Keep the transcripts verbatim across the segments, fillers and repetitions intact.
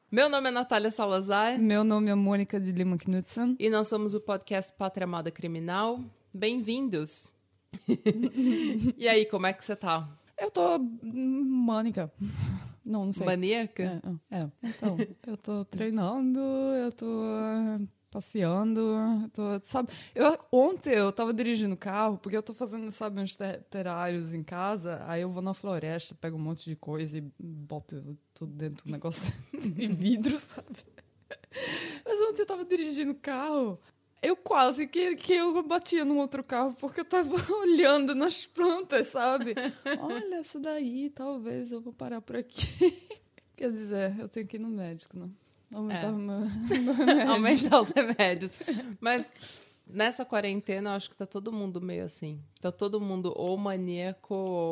Meu nome é Natália Salazar. Meu nome é Mônica de Lima Knudsen. E nós somos o podcast Pátria Amada Criminal. Bem-vindos! E aí, como é que você tá? Eu tô mônica. Não, não sei. Maníaca? É, é. Então, eu tô treinando, eu tô uh, passeando, eu tô, sabe? Eu, ontem eu tava dirigindo carro, porque eu tô fazendo, sabe, uns ter terários em casa, aí eu vou na floresta, pego um monte de coisa e boto tudo dentro do negócio de vidro, sabe? Mas ontem eu tava dirigindo o carro, eu quase que, que eu batia num outro carro, porque eu tava olhando nas plantas, sabe? Olha, essa daí, talvez eu vou parar por aqui. Quer dizer, eu tenho que ir no médico, não? Aumentar É. o meu, meu remédio. Aumentar os remédios. Mas nessa quarentena, eu acho que tá todo mundo meio assim. Tá todo mundo ou maníaco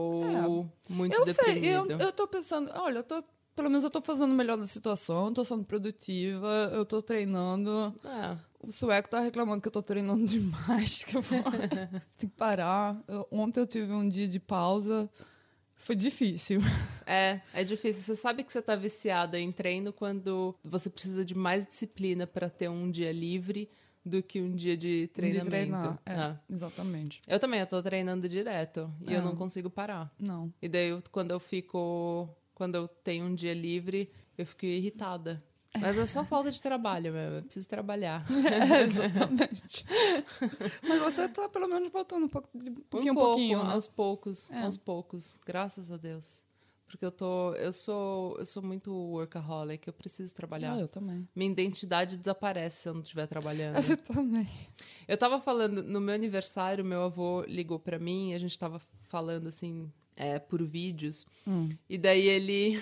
ou é. muito eu deprimido. Sei, eu, eu tô pensando, olha, eu tô, pelo menos eu tô fazendo o melhor da situação, tô sendo produtiva, eu tô treinando. É. O sueco tá reclamando que eu tô treinando demais, que eu vou tenho que parar. Eu, ontem eu tive um dia de pausa, foi difícil. É, é difícil. Você sabe que você tá viciada em treino quando você precisa de mais disciplina para ter um dia livre do que um dia de treinamento. De treinar, é, é. Exatamente. Eu também, eu tô treinando direto e é. eu não consigo parar. Não. E daí, eu, quando eu fico... Quando eu tenho um dia livre, eu fico irritada. Mas é só falta de trabalho mesmo. Eu preciso trabalhar. É, exatamente. Mas você tá pelo menos voltando um pouco, de pouquinho um pouco, pouquinho, né? aos poucos, é. aos poucos. Graças a Deus. Porque eu tô, eu sou, eu sou muito workaholic. Eu preciso trabalhar. Ah, eu também. Minha identidade desaparece se eu não estiver trabalhando. Eu também. Eu tava falando no meu aniversário, meu avô ligou pra mim e a gente tava falando assim, é, por vídeos. Hum. E daí ele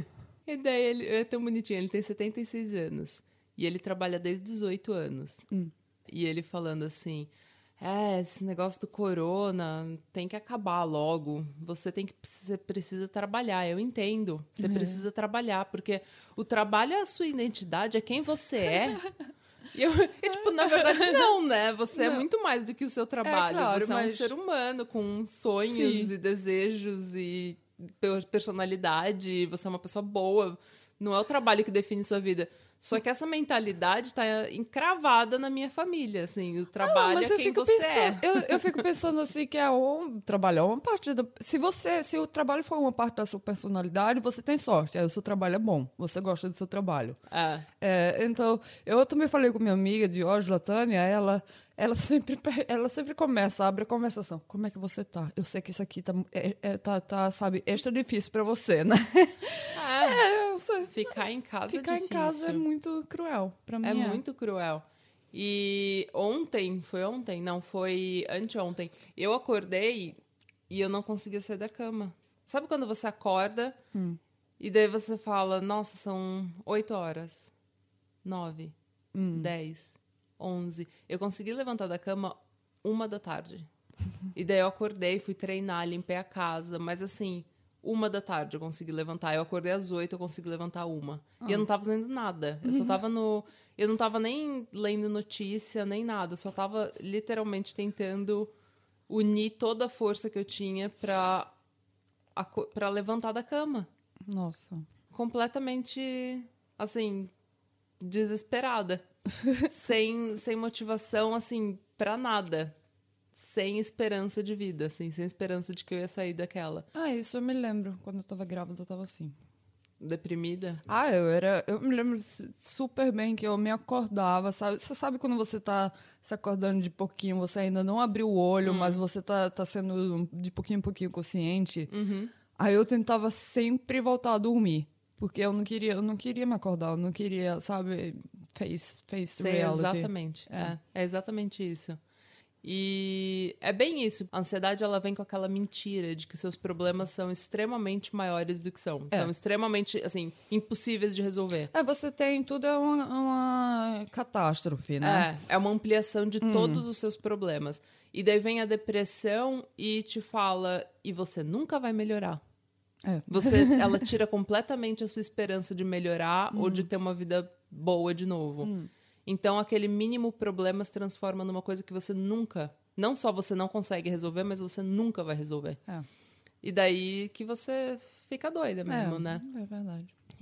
E daí ele é tão bonitinho, ele tem setenta e seis anos. E ele trabalha desde dezoito anos. Hum. E ele falando assim, é, esse negócio do corona tem que acabar logo. Você tem que você precisa trabalhar, eu entendo. Você uhum. precisa trabalhar, porque o trabalho é a sua identidade, é quem você é. E, eu, e tipo, na verdade, não, né? Você não. é muito mais do que o seu trabalho. É, claro, você mas... é um ser humano com sonhos Sim. e desejos e personalidade, você é uma pessoa boa, não é o trabalho que define sua vida. Só que essa mentalidade está encravada na minha família, assim, o trabalho ah, é quem você pensando, é. Eu, eu fico pensando assim que é um trabalho é uma parte da, se você, se o trabalho for uma parte da sua personalidade, você tem sorte, aí o seu trabalho é bom, você gosta do seu trabalho. É. É, então, eu também falei com minha amiga de hoje, Latânia, ela ela sempre, ela sempre começa, abre a conversação. Como é que você tá? Eu sei que isso aqui tá, é, é, tá, tá sabe, extra difícil para você, né? É, é eu sei. Ficar em casa Ficar é difícil. em casa é muito cruel, para mim. É, É muito cruel. E ontem, foi ontem? Não, foi anteontem. Eu acordei e eu não conseguia sair da cama. Sabe quando você acorda hum. e daí você fala, nossa, são oito horas, nove, hum. dez... onze. Eu consegui levantar da cama uma da tarde. E daí eu acordei, fui treinar, limpei a casa. Mas assim, uma da tarde eu consegui levantar. Eu acordei às oito, eu consegui levantar uma. Ah. E eu não tava fazendo nada. Eu só tava no... Eu não tava nem lendo notícia, nem nada. Eu só tava literalmente tentando unir toda a força que eu tinha pra, pra levantar da cama. Nossa. Completamente, assim, desesperada. sem, sem motivação, assim, pra nada. Sem esperança de vida, assim, sem esperança de que eu ia sair daquela. Ah, isso eu me lembro. Quando eu tava grávida, eu tava assim. Deprimida? Ah, eu era... Eu me lembro super bem que eu me acordava, sabe? Você sabe quando você tá se acordando de pouquinho, você ainda não abriu o olho, hum. mas você tá, tá sendo de pouquinho em pouquinho consciente? Uhum. Aí eu tentava sempre voltar a dormir. Porque eu não queria, eu não queria me acordar, eu não queria, sabe... Face, face Sei, reality. Exatamente. É. É, é exatamente isso. E é bem isso. A ansiedade, ela vem com aquela mentira de que seus problemas são extremamente maiores do que são. É. São extremamente, assim, impossíveis de resolver. É, você tem... Tudo é uma, uma catástrofe, né? É, é uma ampliação de hum. todos os seus problemas. E daí vem a depressão e te fala, e você nunca vai melhorar. É. Você, ela tira completamente a sua esperança de melhorar hum. ou de ter uma vida boa de novo. Hum. Então, aquele mínimo problema se transforma numa coisa que você nunca... Não só você não consegue resolver, mas você nunca vai resolver. É. E daí que você fica doida mesmo, é, né? É verdade.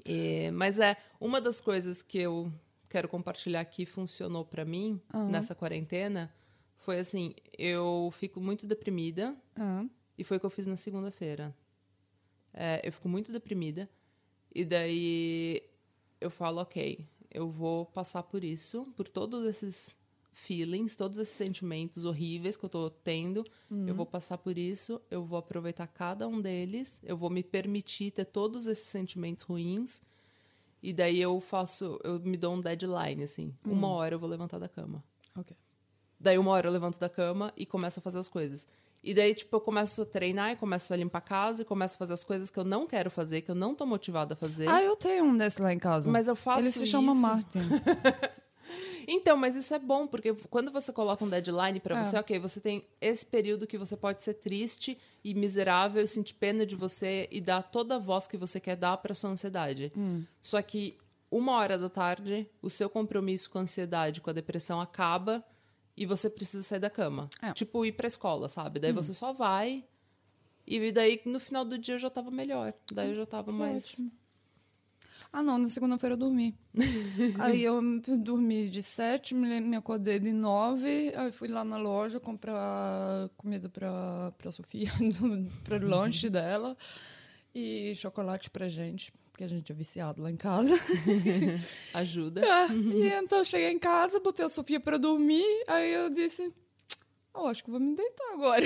E, mas é, uma das coisas que eu quero compartilhar que funcionou pra mim uhum. nessa quarentena foi assim, eu fico muito deprimida uhum. e foi o que eu fiz na segunda-feira. É, eu fico muito deprimida e daí eu falo, ok, eu vou passar por isso, por todos esses feelings, todos esses sentimentos horríveis que eu tô tendo, uhum. eu vou passar por isso, eu vou aproveitar cada um deles, eu vou me permitir ter todos esses sentimentos ruins e daí eu faço, eu me dou um deadline, assim, uhum. uma hora eu vou levantar da cama. Ok. Daí uma hora eu levanto da cama e começo a fazer as coisas. E daí, tipo, eu começo a treinar e começo a limpar a casa e começo a fazer as coisas que eu não quero fazer, que eu não tô motivada a fazer. Ah, eu tenho um desse lá em casa. Mas eu faço Ele se isso... chama Martin. Então, mas isso é bom, porque quando você coloca um deadline pra é. você, ok, você tem esse período que você pode ser triste e miserável e sentir pena de você e dar toda a voz que você quer dar pra sua ansiedade. Hum. Só que uma hora da tarde, o seu compromisso com a ansiedade, com a depressão acaba... E você precisa sair da cama. É. Tipo, ir pra escola, sabe? Daí hum. você só vai. E daí, no final do dia, eu já tava melhor. Daí eu já tava que mais... Ótimo. Ah, não. Na segunda-feira eu dormi. Aí eu dormi de sete, me, me acordei de nove. Aí fui lá na loja comprar comida pra, pra Sofia, para o lanche dela. E chocolate pra gente, porque a gente é viciado lá em casa. Ajuda. É, e então eu cheguei em casa, botei a Sofia pra dormir, aí eu disse, oh, acho que vou me deitar agora.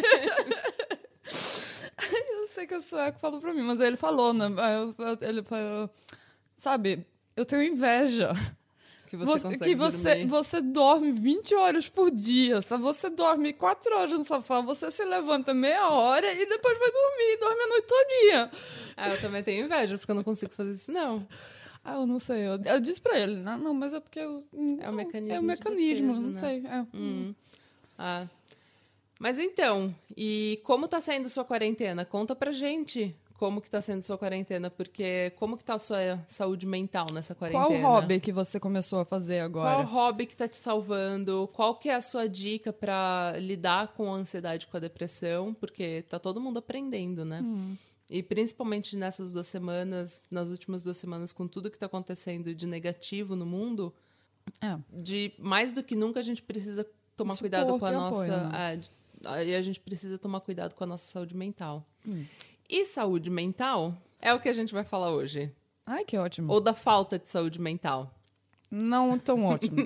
Eu sei que o sueco falou pra mim, mas ele falou, né? Ele falou, sabe, eu tenho inveja. Que você, você que você, você dorme vinte horas por dia, sabe? Você dorme quatro horas no sofá, você se levanta meia hora e depois vai dormir, dorme a noite todinha. Ah, eu também tenho inveja, porque eu não consigo fazer isso, não. Ah, eu não sei. Eu, eu disse pra ele, não, não, mas é porque... Eu, é o mecanismo É o mecanismo, de defesa, não né? sei. É. Hum. Ah. Mas então, e como tá saindo sua quarentena? Conta pra gente. Como que tá sendo sua quarentena? Porque como que tá a sua saúde mental nessa quarentena? Qual hobby que você começou a fazer agora? Qual hobby que tá te salvando? Qual que é a sua dica pra lidar com a ansiedade, com a depressão? Porque tá todo mundo aprendendo, né? Hum. E principalmente nessas duas semanas, nas últimas duas semanas, com tudo que tá acontecendo de negativo no mundo, é. de mais do que nunca a gente precisa tomar Suporte cuidado com a nossa... Apoio, né? a, a gente precisa tomar cuidado com a nossa saúde mental. Hum. E saúde mental é o que a gente vai falar hoje. Ai, que ótimo. Ou da falta de saúde mental. Não tão ótimo.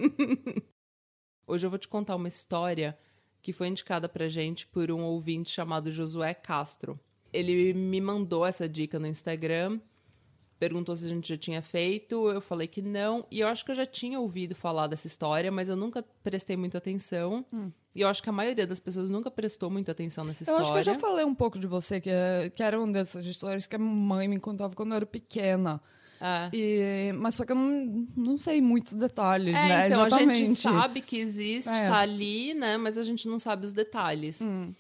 Hoje eu vou te contar uma história que foi indicada pra gente por um ouvinte chamado Josué Castro. Ele me mandou essa dica no Instagram, perguntou se a gente já tinha feito, eu falei que não, e eu acho que eu já tinha ouvido falar dessa história, mas eu nunca prestei muita atenção. Hum. E eu acho que a maioria das pessoas nunca prestou muita atenção nessa história. Eu acho que eu já falei um pouco de você, que, que era uma dessas histórias que a mãe me contava quando eu era pequena. É. E, mas só que eu não, não sei muitos detalhes, é, né? Então, Exatamente. a gente sabe que existe, é. tá ali, né? Mas a gente não sabe os detalhes. Hum.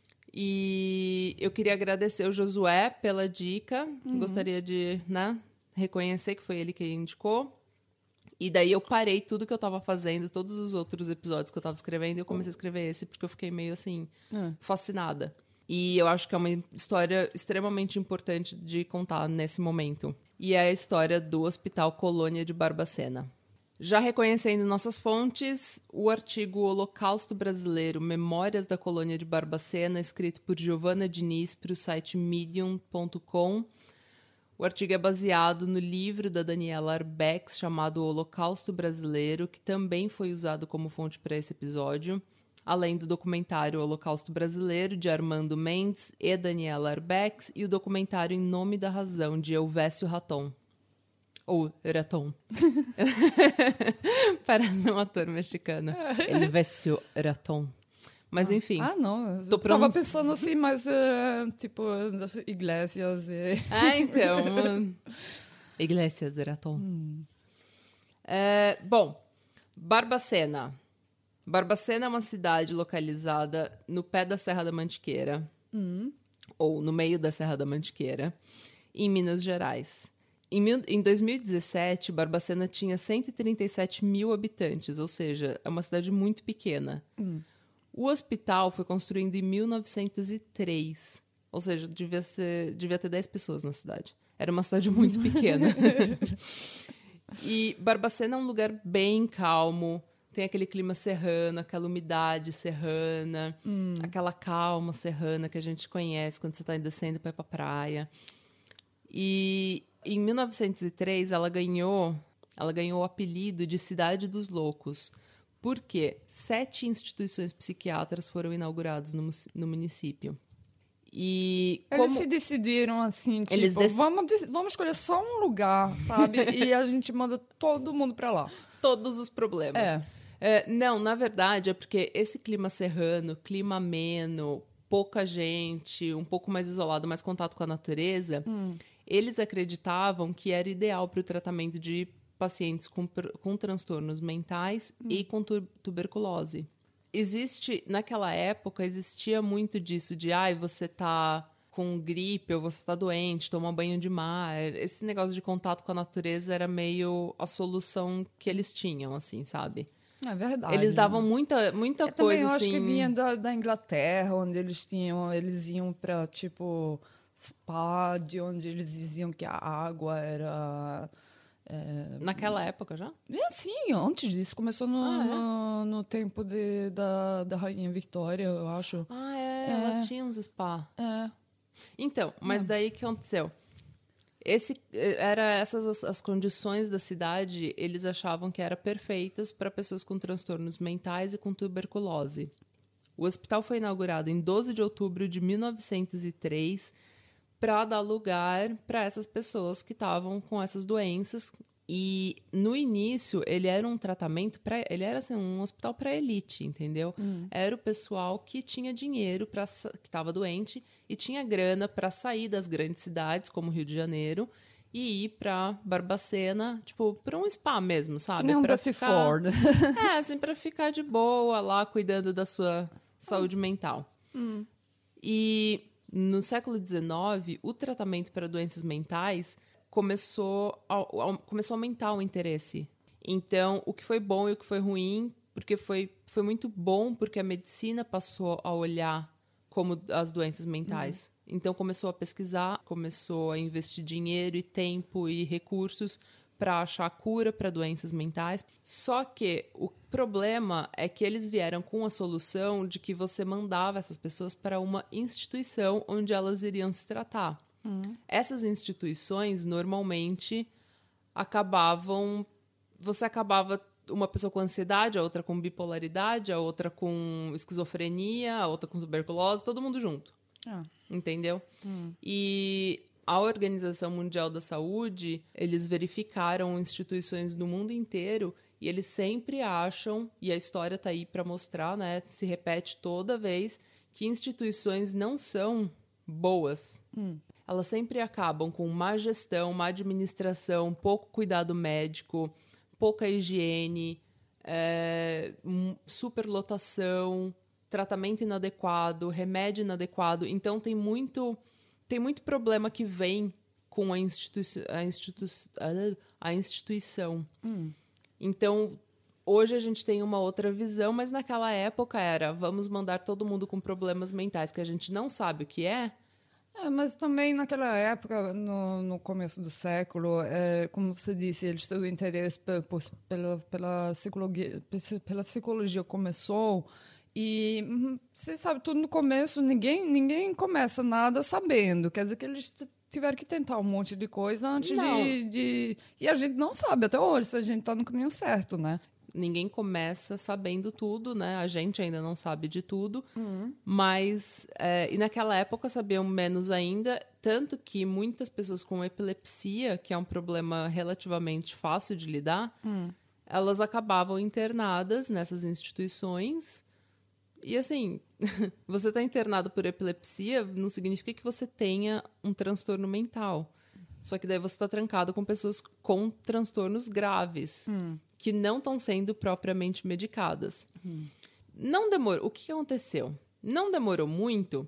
E eu queria agradecer o Josué pela dica. Uhum. Gostaria de, né, reconhecer que foi ele que indicou. E daí eu parei tudo que eu tava fazendo, todos os outros episódios que eu tava escrevendo, e eu comecei a escrever esse, porque eu fiquei meio, assim, uhum. fascinada. E eu acho que é uma história extremamente importante de contar nesse momento. E é a história do Hospital Colônia de Barbacena. Já reconhecendo nossas fontes, o artigo Holocausto Brasileiro, Memórias da Colônia de Barbacena, escrito por Giovanna Diniz para o site medium ponto com. O artigo é baseado no livro da Daniela Arbex, chamado Holocausto Brasileiro, que também foi usado como fonte para esse episódio, além do documentário Holocausto Brasileiro, de Armando Mendes e Daniela Arbex, e o documentário Em Nome da Razão, de Elvésio Raton. Ou Raton. Parece um ator mexicano. Elvésio Raton. Mas, ah, enfim. Ah, não. Tô eu pronunci... tava pensando assim, mas, uh, tipo, Iglesias e... Ah, então. Iglesias Raton. Hum. É, bom, Barbacena. Barbacena é uma cidade localizada no pé da Serra da Mantiqueira. Hum. Ou no meio da Serra da Mantiqueira, em Minas Gerais. Em, mil, em dois mil e dezessete, Barbacena tinha cento e trinta e sete mil habitantes, ou seja, é uma cidade muito pequena. Hum. O hospital foi construído em mil novecentos e três, ou seja, devia, ser, devia ter dez pessoas na cidade. Era uma cidade muito pequena. E Barbacena é um lugar bem calmo. Tem aquele clima serrano, aquela umidade serrana, hum. aquela calma serrana que a gente conhece quando você está descendo para ir para a praia. E em mil novecentos e três ela ganhou, ela ganhou o apelido de Cidade dos Loucos, porque sete instituições psiquiátricas foram inauguradas no, no município. E eles como... se decidiram assim, tipo, eles dec... vamos, vamos escolher só um lugar, sabe? E a gente manda todo mundo para lá. Todos os problemas. É. É, não, na verdade, é porque esse clima serrano, clima ameno, pouca gente, um pouco mais isolado, mais contato com a natureza, hum. eles acreditavam que era ideal para o tratamento de pacientes com, com transtornos mentais hum. e com tu tuberculose. Existe, naquela época, existia muito disso de, ai, você tá com gripe ou você tá doente, toma banho de mar. Esse negócio de contato com a natureza era meio a solução que eles tinham, assim, sabe? É verdade. Eles davam muita, muita eu coisa, também eu acho assim... que vinha da, da Inglaterra, onde eles tinham... Eles iam para, tipo, spa, de onde eles diziam que a água era... É... Naquela época já? É, sim, antes disso. Começou no, ah, é? no, no tempo de, da, da Rainha Victoria, eu acho. Ah, é? é. Ela tinha uns spa. É. Então, mas é. daí o que aconteceu? Esse, era essas as, as condições da cidade, eles achavam que eram perfeitas para pessoas com transtornos mentais e com tuberculose. O hospital foi inaugurado em doze de outubro de mil novecentos e três para dar lugar para essas pessoas que estavam com essas doenças. E, no início, ele era um tratamento, pra, ele era assim, um hospital para elite, entendeu? Hum. Era o pessoal que tinha dinheiro, pra, que estava doente, e tinha grana para sair das grandes cidades, como Rio de Janeiro, e ir para Barbacena, tipo, para um spa mesmo, sabe? Que nem um pra Betty ficar, Ford. É, assim, para ficar de boa lá, cuidando da sua saúde hum. mental. Hum. E, no século dezenove, o tratamento para doenças mentais... Começou a, a, começou a aumentar o interesse. Então, o que foi bom e o que foi ruim, porque foi, foi muito bom, porque a medicina passou a olhar como as doenças mentais. Uhum. Então, começou a pesquisar, começou a investir dinheiro e tempo e recursos para achar cura para doenças mentais. Só que o problema é que eles vieram com a solução de que você mandava essas pessoas para uma instituição onde elas iriam se tratar. Uhum. Essas instituições, normalmente, acabavam... Você acabava... Uma pessoa com ansiedade, a outra com bipolaridade, a outra com esquizofrenia, a outra com tuberculose, todo mundo junto. Ah. Entendeu? Uhum. E a Organização Mundial da Saúde, eles verificaram instituições do mundo inteiro e eles sempre acham, e a história está aí para mostrar, né, se repete toda vez, que instituições não são boas. Uhum. Elas sempre acabam com má gestão, má administração, pouco cuidado médico, pouca higiene, é, superlotação, tratamento inadequado, remédio inadequado. Então, tem muito, tem muito problema que vem com a, institui a, institu a instituição. Hum. Então, hoje a gente tem uma outra visão, mas naquela época era vamos mandar todo mundo com problemas mentais que a gente não sabe o que é. É, mas também naquela época, no, no começo do século, é, como você disse, eles têm o interesse pela, pela, psicologia, pela psicologia começou e, você sabe, tudo no começo, ninguém, ninguém começa nada sabendo, quer dizer que eles tiveram que tentar um monte de coisa antes de, de... E a gente não sabe até hoje se a gente está no caminho certo, né? Ninguém começa sabendo tudo, né? A gente ainda não sabe de tudo, uhum. mas... É, e naquela época sabiam menos ainda, tanto que muitas pessoas com epilepsia, que é um problema relativamente fácil de lidar, uhum. elas acabavam internadas nessas instituições. E, assim, você está internado por epilepsia não significa que você tenha um transtorno mental. Só que daí você está trancado com pessoas com transtornos graves. Uhum. Que não estão sendo propriamente medicadas. Uhum. Não demorou. O que aconteceu? Não demorou muito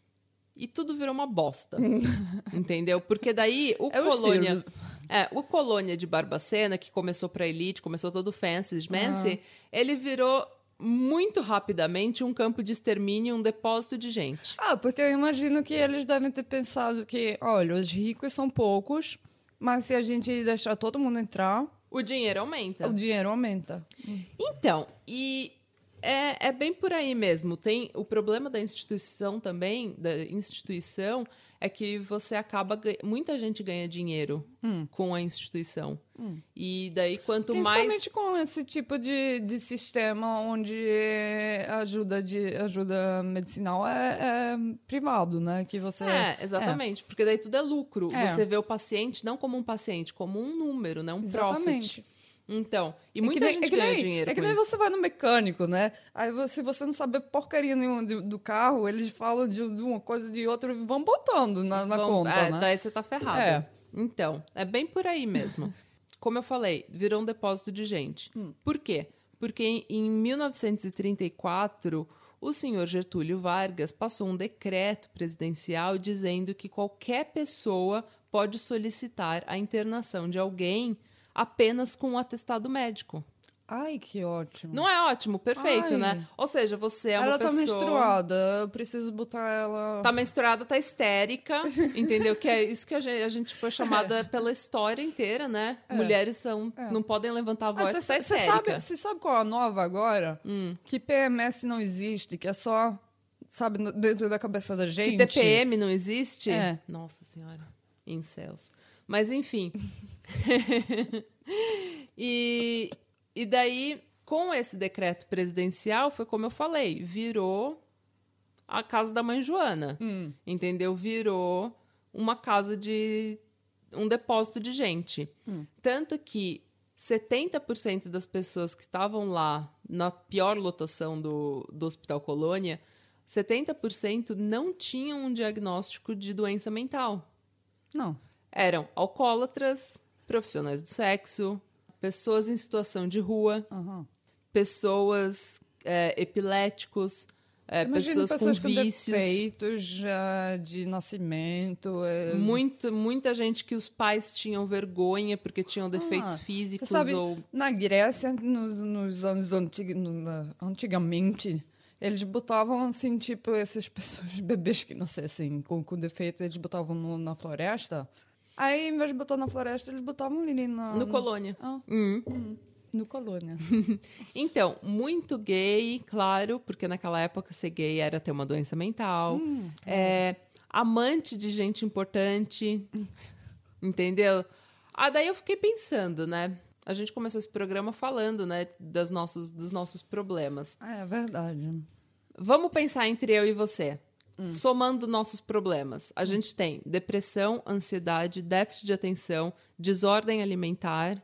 e tudo virou uma bosta. Entendeu? Porque daí o é Colônia... O, é, o Colônia de Barbacena, que começou para elite, começou todo fancy, schmancy, uhum. ele virou muito rapidamente um campo de extermínio, um depósito de gente. Ah, porque eu imagino que eles devem ter pensado que, olha, os ricos são poucos, mas se a gente deixar todo mundo entrar, O dinheiro aumenta. o dinheiro aumenta. Então, e é, é bem por aí mesmo. Tem o problema da instituição também, da instituição, é que você acaba... ganha- Muita gente ganha dinheiro Hum. com a instituição. E daí, quanto mais... Principalmente com esse tipo de, de sistema onde a ajuda, de, ajuda medicinal é, é privado, né? Que você, É, exatamente. Porque daí tudo é lucro. É. Você vê o paciente não como um paciente, como um número, né? Um Exatamente. profit. Então, e É muita que nem- gente é que ganha nem- dinheiro É que com nem isso. você vai no mecânico, né? Aí você, se você não saber porcaria nenhuma do, do carro, eles falam de, de uma coisa de outra e vão botando na, na Vão- conta, é, né? Daí você tá ferrado. É. Então, é bem por aí mesmo. Como eu falei, virou um depósito de gente. Por quê? Porque em, em mil novecentos e trinta e quatro, o senhor Getúlio Vargas passou um decreto presidencial dizendo que qualquer pessoa pode solicitar a internação de alguém apenas com um atestado médico. Ai, que ótimo. Não é ótimo? Perfeito, Ai. né? Ou seja, você é uma ela pessoa... tá menstruada, eu preciso botar ela... Tá menstruada, tá histérica, entendeu? Que é isso que a gente, a gente foi chamada pela história inteira, né? Mulheres são, não podem levantar a voz, Você que tá histérica. sabe, cê sabe qual é a nova agora? Que P M S não existe, que é só, sabe, no- dentro da cabeça da gente. Que T P M não existe? É. Nossa senhora, incels. Mas enfim. e, e daí, com esse decreto presidencial, foi como eu falei, virou a casa da mãe Joana. Entendeu? Virou uma casa de... um depósito de gente. Tanto que setenta por cento das pessoas que estavam lá na pior lotação do, do Hospital Colônia, setenta por cento não tinham um diagnóstico de doença mental. Não. Eram alcoólatras, profissionais do sexo, pessoas em situação de rua, Aham. pessoas é, epiléticos, é, Imagino pessoas, pessoas com com vícios. defeitos já de nascimento. é- Muito, muita gente que os pais tinham vergonha porque tinham defeitos Ah, físicos você sabe, ou... na Grécia, nos, nos anos antig, no- na- antigamente, eles botavam, assim, tipo, essas pessoas, bebês que nascessem com, com defeito, eles botavam no- na floresta. Aí, em vez de botar na floresta, eles botavam ali na... No Colônia. Ah, Hum. hum, no colônia. Então, muito gay, claro, porque naquela época ser gay era ter uma doença mental. É, amante de gente importante, entendeu? Ah, daí eu fiquei pensando, né? A gente começou esse programa falando, né, das nossos, dos nossos problemas. Ah, é verdade. Vamos pensar entre eu e você. Somando nossos problemas. A gente tem depressão, ansiedade, déficit de atenção, desordem alimentar,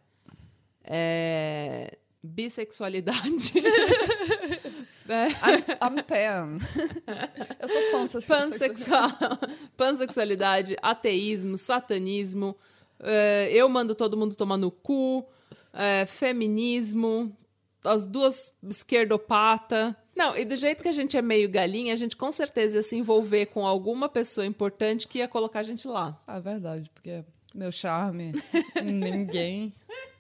é, bissexualidade. é, I'm, I'm pan. Eu sou pansexual. pansexual, pansexualidade, ateísmo, satanismo, é, eu mando todo mundo tomar no cu, é, feminismo, as duas esquerdopata. Não, e do jeito que a gente é meio galinha, a gente com certeza ia se envolver com alguma pessoa importante que ia colocar a gente lá. Ah, é verdade, porque meu charme, ninguém...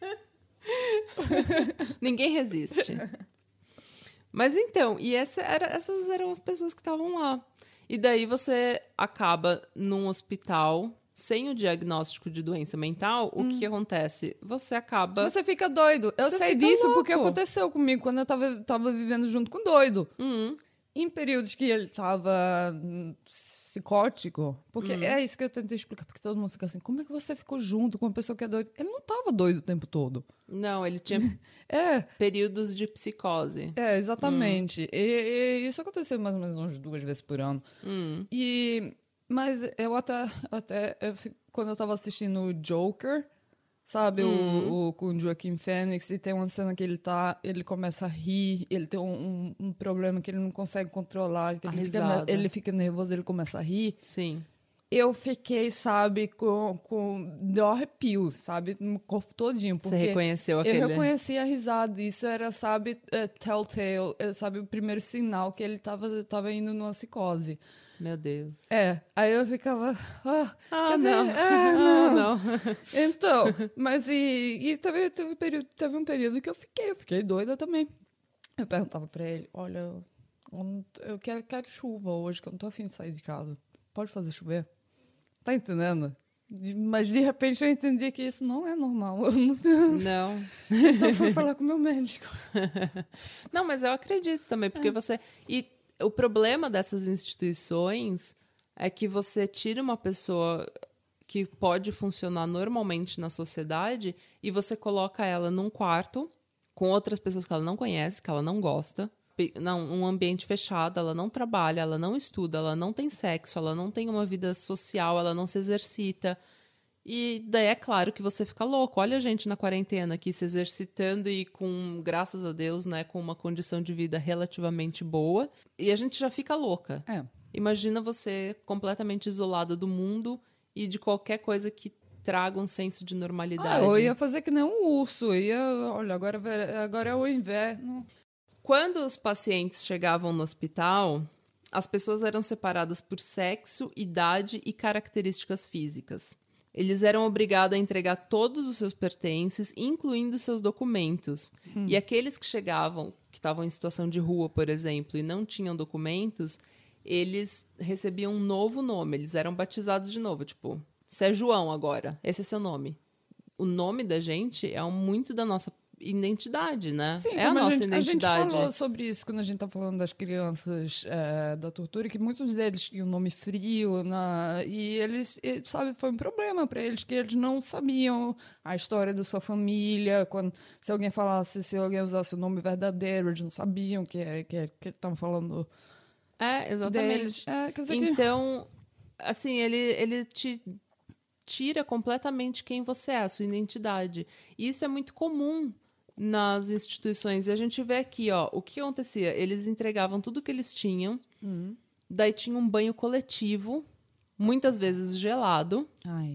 Ninguém resiste. Mas então, e essa era, essas eram as pessoas que estavam lá. E daí você acaba num hospital sem o diagnóstico de doença mental, o que, que acontece? Você acaba... Você fica doido. Eu Você sei fica disso louco. porque aconteceu comigo quando eu tava, tava vivendo junto com doido. Hum, Em períodos que ele tava hum, psicótico. Porque é isso que eu tentei explicar. Porque todo mundo fica assim, como é que você ficou junto com uma pessoa que é doida? Ele não tava doido o tempo todo. não, ele tinha É, períodos de psicose. é, exatamente. E, e isso aconteceu mais ou menos umas duas vezes por ano. Hum, E, mas eu até, até eu fi- quando eu tava assistindo o Joker, sabe, o, o com o Joaquin Phoenix, e tem uma cena que ele tá, ele começa a rir, ele tem um, um, um problema que ele não consegue controlar, que A ele, fica, ne- risada. ele fica nervoso, ele começa a rir. sim. Eu fiquei, sabe, com, com deu arrepio, sabe, no corpo todinho. Você Porque reconheceu aquele... eu reconheci a risada. Isso era, sabe, é, telltale, é, sabe, o primeiro sinal que ele tava, tava indo numa psicose. Meu Deus. É, aí eu ficava. Ah, Ah, quer dizer, não. é, Ah, não. não. Então, mas e, e teve, teve, período, teve um período que eu fiquei, eu fiquei doida também. Eu perguntava pra ele, olha, eu não- eu quero, quero chuva hoje, que eu não tô afim de sair de casa. Pode fazer chover? Tá entendendo? De- Mas de repente eu entendi que isso não é normal. Eu não- Não. Então eu fui falar com o meu médico. Não, mas eu acredito também, porque você. E o problema dessas instituições é que você tira uma pessoa que pode funcionar normalmente na sociedade e você coloca ela num quarto com outras pessoas que ela não conhece, que ela não gosta. Pe- Não, um ambiente fechado, ela não trabalha, ela não estuda, ela não tem sexo, ela não tem uma vida social, ela não se exercita. E daí é claro que você fica louco. Olha a gente na quarentena aqui se exercitando e com, graças a Deus, né, com uma condição de vida relativamente boa. E a gente já fica louca. É. Imagina você completamente isolada do mundo e de qualquer coisa que traga um senso de Ah, normalidade. eu ia fazer que nem um urso. Eu ia, olha, agora, ver- agora é o inverno. Quando os pacientes chegavam no hospital, as pessoas eram separadas por sexo, idade e características físicas. Eles eram obrigados a entregar todos os seus pertences, incluindo seus documentos. E aqueles que chegavam, que estavam em situação de rua, por exemplo, e não tinham documentos, eles recebiam um novo nome, eles eram batizados de novo. Tipo, você é João agora, esse é seu nome. O nome da gente é um muito da nossa identidade, né? Sim, é a como nossa gente, identidade. A gente falou sobre isso quando a gente tá falando das crianças eh, da tortura, que muitos deles tinham nome frio, na, e eles, e, sabe, foi um problema para eles, que eles não sabiam a história da sua família. Quando, se alguém falasse, se alguém usasse o nome verdadeiro, eles não sabiam que é, que é, que estavam falando É, exatamente. deles. É, quer dizer que- Então, assim, ele, ele te tira completamente quem você é, a sua identidade. E isso é muito comum nas instituições. E a gente vê aqui, ó, o que acontecia? Eles entregavam tudo que eles tinham, daí tinha um banho coletivo, muitas vezes gelado. Ai.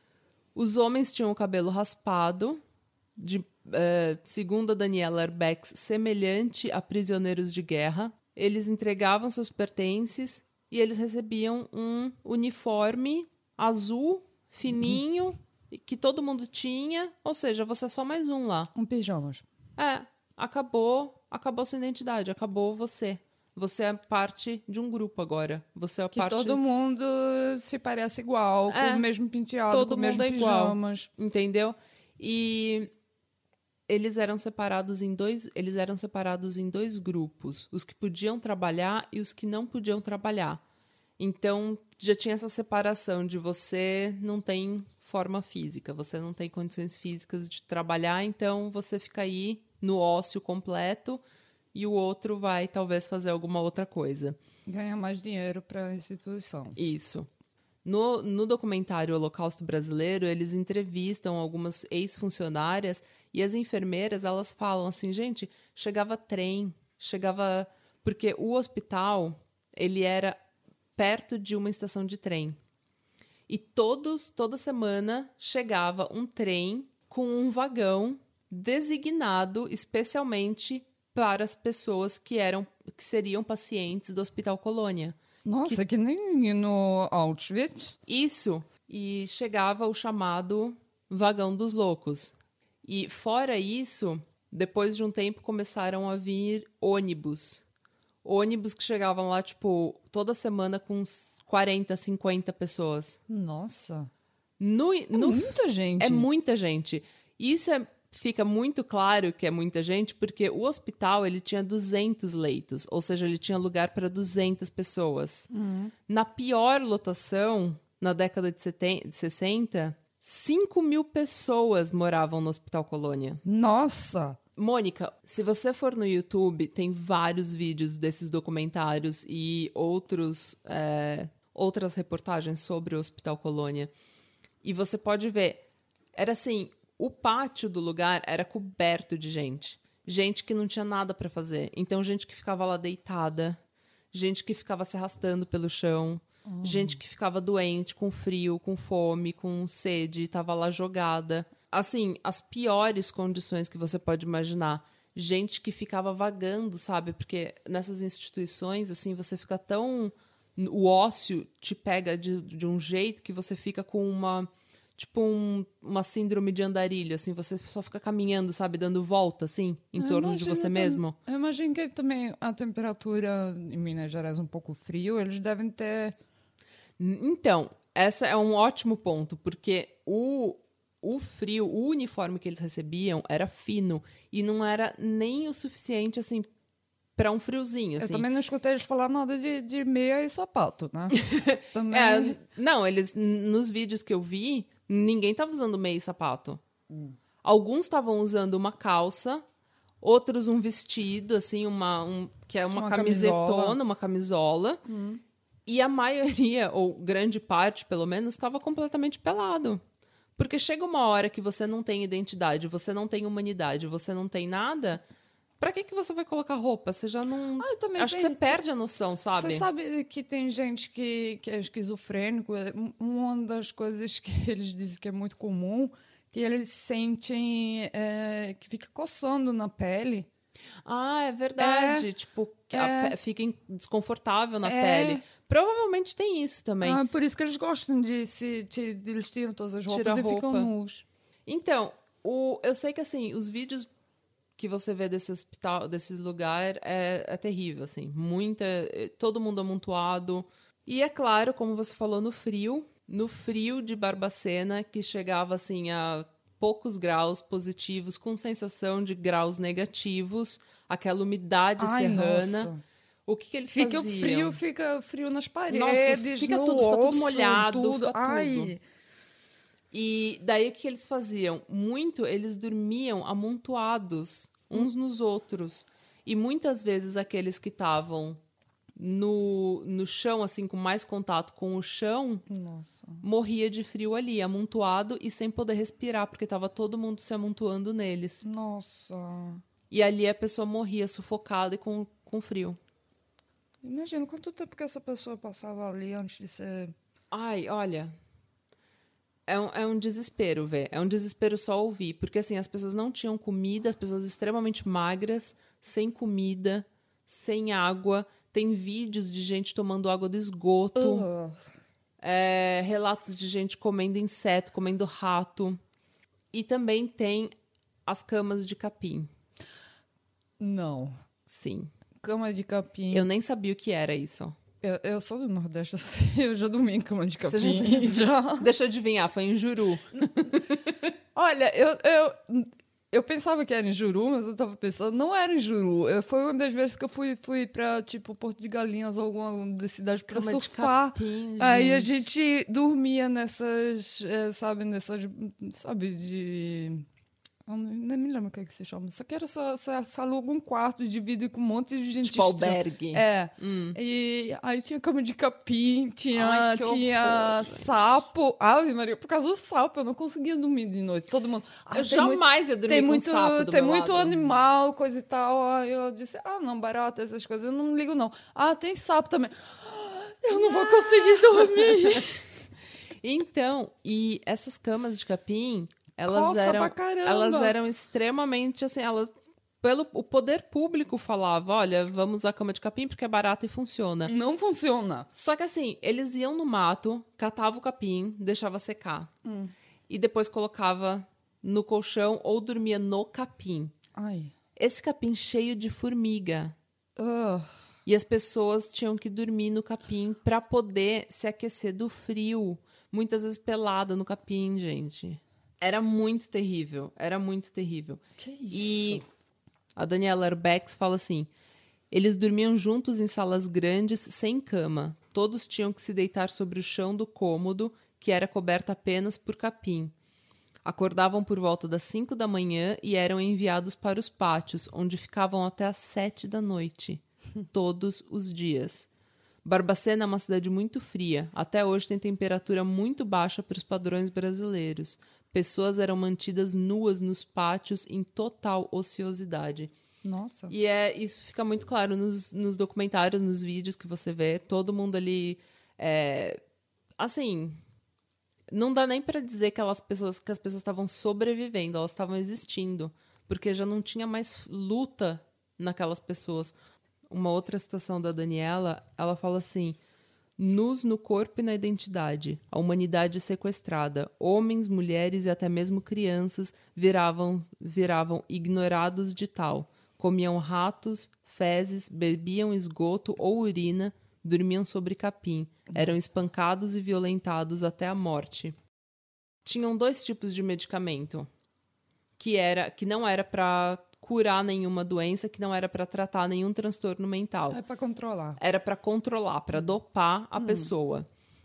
Os homens tinham o cabelo raspado, de, eh, segundo a Daniela Arbex, semelhante a prisioneiros de guerra. Eles entregavam seus pertences e eles recebiam um uniforme azul, fininho, que todo mundo tinha. Ou seja, você é só mais um lá. Um pijamas. É, acabou, acabou sua identidade, acabou você. Você é parte de um grupo agora. Você é Que parte... todo mundo se parece igual, É, com o mesmo penteado, todo com o mundo mesmo é igual. pijamas. Entendeu? E eles eram separados em dois, eles eram separados em dois grupos, os que podiam trabalhar e os que não podiam trabalhar. Então, já tinha essa separação de você não tem forma física, você não tem condições físicas de trabalhar, então você fica aí no ócio completo e o outro vai talvez fazer alguma outra coisa. Ganha mais dinheiro para a instituição. Isso. No, no documentário Holocausto Brasileiro, eles entrevistam algumas ex-funcionárias e as enfermeiras, elas falam assim, gente, chegava trem, chegava... Porque o hospital, ele era perto de uma estação de trem. E todos, toda semana chegava um trem com um vagão designado especialmente para as pessoas que, eram, que seriam pacientes do Hospital Colônia. Nossa, que, que nem no Auschwitz. Isso. E chegava o chamado vagão dos loucos. E fora isso, depois de um tempo começaram a vir ônibus. Ônibus que chegavam lá, tipo, toda semana com uns quarenta, cinquenta pessoas. Nossa. No, É no, muita gente. É muita gente. Isso é, fica muito claro que é muita gente, porque o hospital ele tinha duzentos leitos, ou seja, ele tinha lugar para duzentas pessoas. Uhum. Na pior lotação, na década de, setenta, de sessenta, cinco mil pessoas moravam no Hospital Colônia. Nossa! Mônica, se você for no YouTube, tem vários vídeos desses documentários e outros, é, outras reportagens sobre o Hospital Colônia. E você pode ver, era assim, o pátio do lugar era coberto de gente. Gente que não tinha nada para fazer. Então, gente que ficava lá deitada, gente que ficava se arrastando pelo chão, oh. gente que ficava doente, com frio, com fome, com sede, estava lá jogada. Assim, as piores condições que você pode imaginar. Gente que ficava vagando, sabe? Porque nessas instituições, assim, você fica tão... O ócio te pega de, de um jeito que você fica com uma... tipo um, uma síndrome de andarilho, assim, você só fica caminhando, sabe, dando volta, assim, em Eu torno de você tam- mesmo. Eu imagino que também a temperatura em Minas Gerais é um pouco frio, eles devem ter... Então, essa é um ótimo ponto, porque o, o frio, o uniforme que eles recebiam era fino e não era nem o suficiente, assim, para um friozinho, assim. Eu também não escutei eles falar nada de, de meia e sapato, né? também... É, não, eles, nos vídeos que eu vi, ninguém tava usando meia e sapato. Hum. Alguns estavam usando uma calça, outros um vestido, assim, uma, um, que é uma, Uma camisetona, camisola. uma camisola. Hum. E a maioria, ou grande parte, pelo menos, estava completamente pelado. Porque chega uma hora que você não tem identidade, você não tem humanidade, você não tem nada. Pra que, que você vai colocar roupa? Você já não. Ah, eu também Acho que tenho- você perde a noção, sabe? Você sabe que tem gente que, que é esquizofrênico? É um- Uma das coisas que eles dizem que é muito comum, que eles sentem é, que fica coçando na pele. Ah, é verdade. É, tipo, que é. a pe- fica in- desconfortável na É. pele. Provavelmente tem isso também. Ah, por isso que eles gostam de se. De, de eles tiram todas as roupas Tira a e ficam roupa. nus. Então, o, eu sei que assim, os vídeos que você vê desse hospital, desse lugar, é, é terrível, assim. Muita. Todo mundo amontoado. E é claro, como você falou, no frio. No frio de Barbacena, que chegava assim a poucos graus positivos, com sensação de graus negativos, aquela umidade Ai, serrana. nossa. O que, que eles Fica faziam? frio, fica frio nas paredes, Nossa, fica no tudo, fica tudo osso, molhado, tudo. fica Ai. tudo. E daí o que eles faziam? Muito, eles dormiam amontoados uns nos outros. E muitas vezes aqueles que estavam no, no chão, assim, com mais contato com o chão, Nossa. morria de frio ali, amontoado e sem poder respirar, porque estava todo mundo se amontoando neles. Nossa. E ali a pessoa morria sufocada e com, com frio. Imagina quanto tempo que essa pessoa passava ali antes de ser. Ai, olha. É um, é um desespero, velho. É um desespero só ouvir. Porque, assim, as pessoas não tinham comida, as pessoas extremamente magras, sem comida, sem água. Tem vídeos de gente tomando água do esgoto. Uh. É, relatos de gente comendo inseto, comendo rato. E também tem as camas de capim. Não. Sim. Cama de capim. Eu nem sabia o que era isso. Eu, eu sou do Nordeste, eu, sei, eu já dormi em cama de Você capim. já- já. Deixa eu adivinhar, foi em Juru. Olha, eu, eu, eu pensava que era em Juru, mas eu tava pensando, não era em Juru. Eu, foi uma das vezes que eu fui, fui pra, tipo, Porto de Galinhas ou alguma das cidades pra Cama de surfar. capim, Aí a gente. gente dormia nessas, eh, sabe, nessas, sabe, de... Eu nem nem me lembro o que, é que se chama. Só que era só, só, só aluga um quarto, divide com um monte de gente. Tipo estranha. albergue. É. Hum. E aí tinha cama de capim, tinha, Ai, que tinha horror, gente. sapo. Ai, Maria, por causa do sapo, eu não conseguia dormir de noite. Todo mundo. "Ah, Eu tem muito- jamais ia dormir tem com muito, um sapo do Tem meu muito lado. animal, coisa e tal. Aí eu disse, ah, não, barata, essas coisas, eu não ligo, não. Ah, tem sapo também. "Ah, eu não vou conseguir dormir. Então, e essas camas de capim, elas Coça eram, pra caramba. elas eram extremamente assim, elas pelo o poder público falava, olha, vamos usar cama de capim porque é barato e funciona. Não funciona. Só que assim, eles iam no mato, catavam o capim, deixava secar. Hum. E depois colocava no colchão ou dormia no capim. Ai. Esse capim cheio de formiga. Ah. E as pessoas tinham que dormir no capim para poder se aquecer do frio. Muitas vezes pelada no capim, gente. Era muito terrível. Era muito terrível. Que E isso? a Daniela Arbex fala assim: eles dormiam juntos em salas grandes, sem cama. Todos tinham que se deitar sobre o chão do cômodo, que era coberto apenas por capim. Acordavam por volta das cinco da manhã e eram enviados para os pátios, onde ficavam até às sete da noite. Todos os dias. Barbacena é uma cidade muito fria. Até hoje tem temperatura muito baixa para os padrões brasileiros. Pessoas eram mantidas nuas nos pátios em total ociosidade. Nossa. E é, isso fica muito claro nos, nos documentários, nos vídeos que você vê. Todo mundo ali... É, assim... Não dá nem para dizer que, elas pessoas, que as pessoas estavam sobrevivendo. Elas estavam existindo. Porque já não tinha mais luta naquelas pessoas. Uma outra citação da Daniela, ela fala assim: nus no corpo e na identidade, a humanidade sequestrada, homens, mulheres e até mesmo crianças viravam, viravam ignorados de tal, comiam ratos, fezes, bebiam esgoto ou urina, dormiam sobre capim, eram espancados e violentados até a morte. Tinham dois tipos de medicamento, que, era, que não era para curar nenhuma doença, que não era para tratar nenhum transtorno mental. É para controlar. Era para controlar, para dopar a hum. pessoa.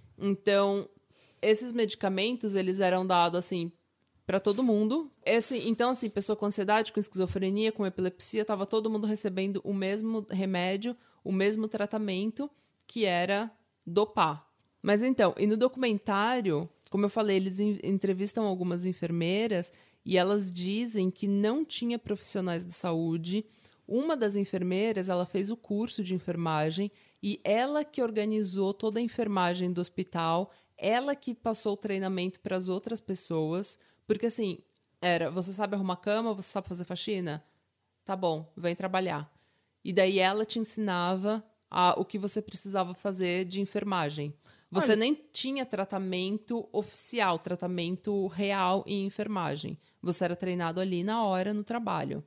Então, esses medicamentos, eles eram dados, assim, para todo mundo. Esse, então, assim, pessoa com ansiedade, com esquizofrenia, com epilepsia, estava todo mundo recebendo o mesmo remédio, o mesmo tratamento, que era dopar. Mas então, e no documentário, como eu falei, eles entrevistam algumas enfermeiras e elas dizem que não tinha profissionais de saúde. Uma das enfermeiras, ela fez o curso de enfermagem e ela que organizou toda a enfermagem do hospital, ela que passou o treinamento para as outras pessoas, porque assim, era, você sabe arrumar cama, você sabe fazer faxina? Tá bom, vem trabalhar. E daí ela te ensinava a, o que você precisava fazer de enfermagem. Você Olha, nem tinha tratamento oficial, tratamento real em enfermagem. Você era treinado ali na hora, no trabalho.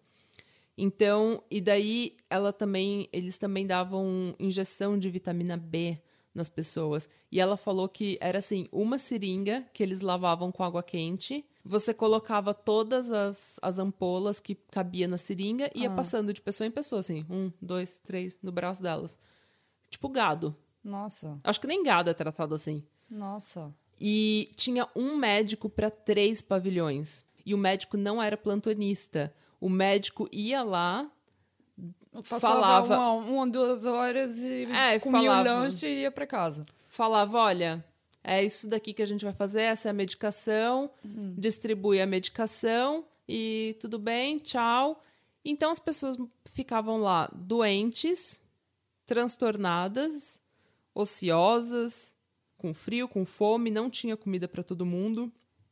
Então, e daí ela também, eles também davam injeção de vitamina B nas pessoas. E ela falou que era assim, uma seringa que eles lavavam com água quente. Você colocava todas as, as ampolas que cabia na seringa e ia ah. passando de pessoa em pessoa, assim. Um, dois, três, no braço delas. Tipo gado. Nossa. Acho que nem gado é tratado assim. Nossa. E tinha um médico para três pavilhões. E o médico não era plantonista. O médico ia lá, Passava falava... uma, uma, duas horas e é, comia falava, o lanche e ia para casa. Falava, olha, é isso daqui que a gente vai fazer, essa é a medicação, uhum. distribui a medicação e tudo bem, tchau. Então as pessoas ficavam lá doentes, transtornadas, ociosas, com frio, com fome, não tinha comida para todo mundo.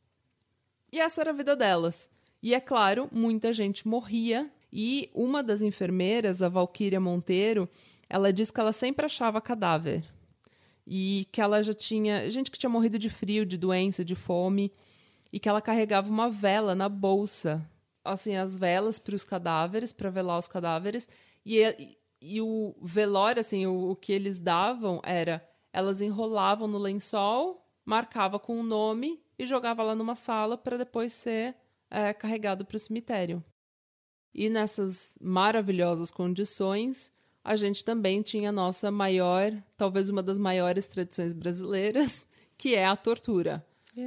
E essa era a vida delas. E, é claro, muita gente morria. E uma das enfermeiras, a Valquíria Monteiro, ela diz que ela sempre achava cadáver. E que ela já tinha... gente que tinha morrido de frio, de doença, de fome. E que ela carregava uma vela na bolsa. Assim, as velas para os cadáveres, para velar os cadáveres. E, e, e o velório, assim, o, o que eles davam era... elas enrolavam no lençol, marcava com o nome e jogava lá numa sala para depois ser é, carregado para o cemitério. E nessas maravilhosas condições, a gente também tinha a nossa maior, talvez uma das maiores tradições brasileiras, que é a tortura.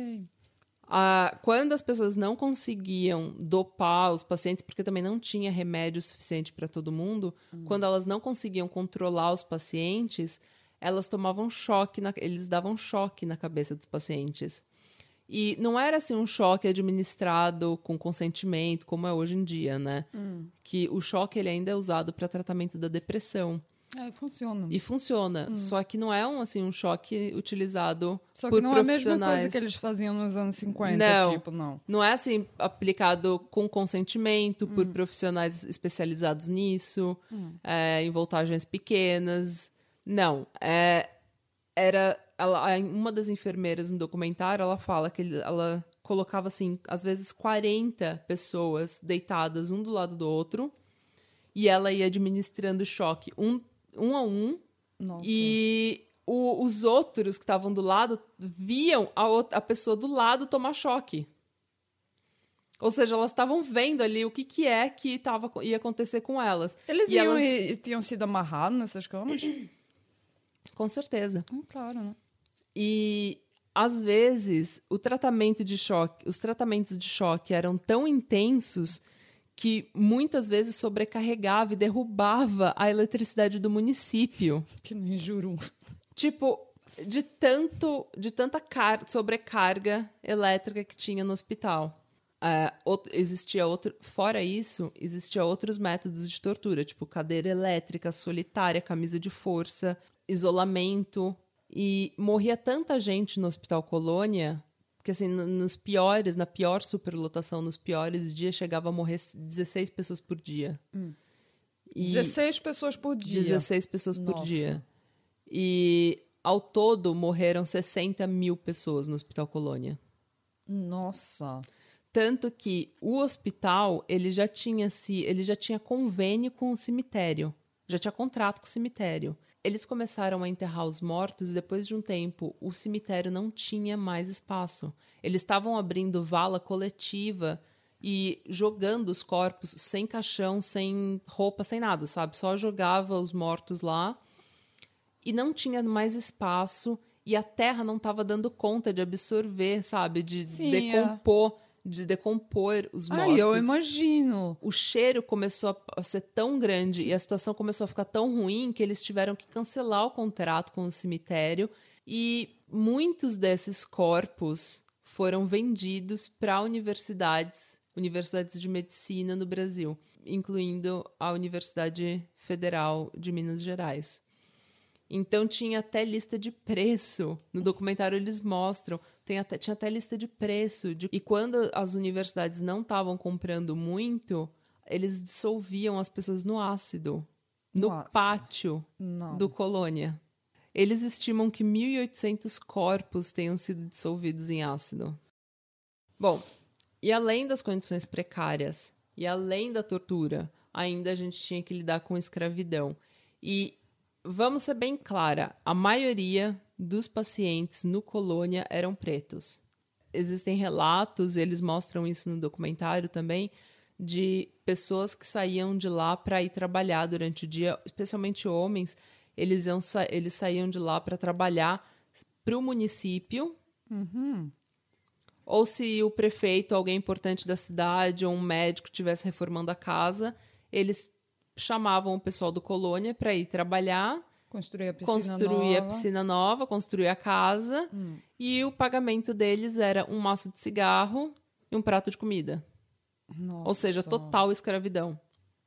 Ah, quando as pessoas não conseguiam dopar os pacientes, porque também não tinha remédio suficiente para todo mundo, hum. quando elas não conseguiam controlar os pacientes, elas tomavam choque, na, eles davam choque na cabeça dos pacientes. E não era assim um choque administrado com consentimento, como é hoje em dia, né? Hum. Que o choque ele ainda é usado para tratamento da depressão. É, funciona. E funciona. Hum. Só que não é um, assim, um choque utilizado Só por que não profissionais. é a mesma coisa que eles faziam nos anos cinquenta, não, tipo, não. Não é assim, aplicado com consentimento hum. por profissionais especializados nisso, hum. é, em voltagens pequenas. Não, é, era ela, uma das enfermeiras no documentário, ela fala que ele, ela colocava, assim, às vezes quarenta pessoas deitadas um do lado do outro e ela ia administrando choque um, um a um. Nossa. E o, os outros que estavam do lado viam a, outra, a pessoa do lado tomar choque. Ou seja, elas estavam vendo ali o que, que é que tava, ia acontecer com elas. Eles, e iam elas... e tinham sido amarrados nessas camas? Com certeza. Hum, claro, né? E, às vezes, o tratamento de choque, os tratamentos de choque eram tão intensos que muitas vezes sobrecarregava e derrubava a eletricidade do município. Que nem Juru. Tipo, de, tanto, de tanta car- sobrecarga elétrica que tinha no hospital. É, outro, existia outro, fora isso, existia outros métodos de tortura, tipo cadeira elétrica, solitária, camisa de força, isolamento. E morria tanta gente no Hospital Colônia que, assim, nos piores, na pior superlotação, nos piores dias, chegava a morrer dezesseis pessoas por dia. Hum. E dezesseis pessoas por dia? dezesseis pessoas Nossa. por dia. E Ao todo, morreram sessenta mil pessoas no Hospital Colônia. Nossa. Tanto que o hospital, ele já tinha, se, ele já tinha convênio com o cemitério. Já tinha contrato com o cemitério. Eles começaram a enterrar os mortos e depois de um tempo o cemitério não tinha mais espaço. Eles estavam abrindo vala coletiva e jogando os corpos sem caixão, sem roupa, sem nada, sabe? Só jogava os mortos lá e não tinha mais espaço e a terra não estava dando conta de absorver, sabe? De Sim, decompor... É. de decompor os mortos. Ai, eu imagino. O cheiro começou a ser tão grande e a situação começou a ficar tão ruim que eles tiveram que cancelar o contrato com o cemitério e muitos desses corpos foram vendidos para universidades, universidades de medicina no Brasil, incluindo a Universidade Federal de Minas Gerais. Então tinha até lista de preço. No documentário eles mostram. Tem até, tinha até lista de preço. De, e quando as universidades não estavam comprando muito, eles dissolviam as pessoas no ácido. No Nossa. pátio Não. do Colônia. Eles estimam que mil e oitocentos corpos tenham sido dissolvidos em ácido. Bom, e além das condições precárias, e além da tortura, ainda a gente tinha que lidar com escravidão. E vamos ser bem clara, a maioria dos pacientes no Colônia eram pretos. Existem relatos, e eles mostram isso no documentário também, de pessoas que saíam de lá para ir trabalhar durante o dia, especialmente homens, eles, iam sa- eles saíam de lá para trabalhar para o município, Uhum. ou se o prefeito, alguém importante da cidade, ou um médico estivesse reformando a casa, eles chamavam o pessoal do Colônia para ir trabalhar, Construir a piscina construir nova. a piscina nova, construir a casa, Hum. e o pagamento deles era um maço de cigarro e um prato de comida. Nossa. Ou seja, total escravidão.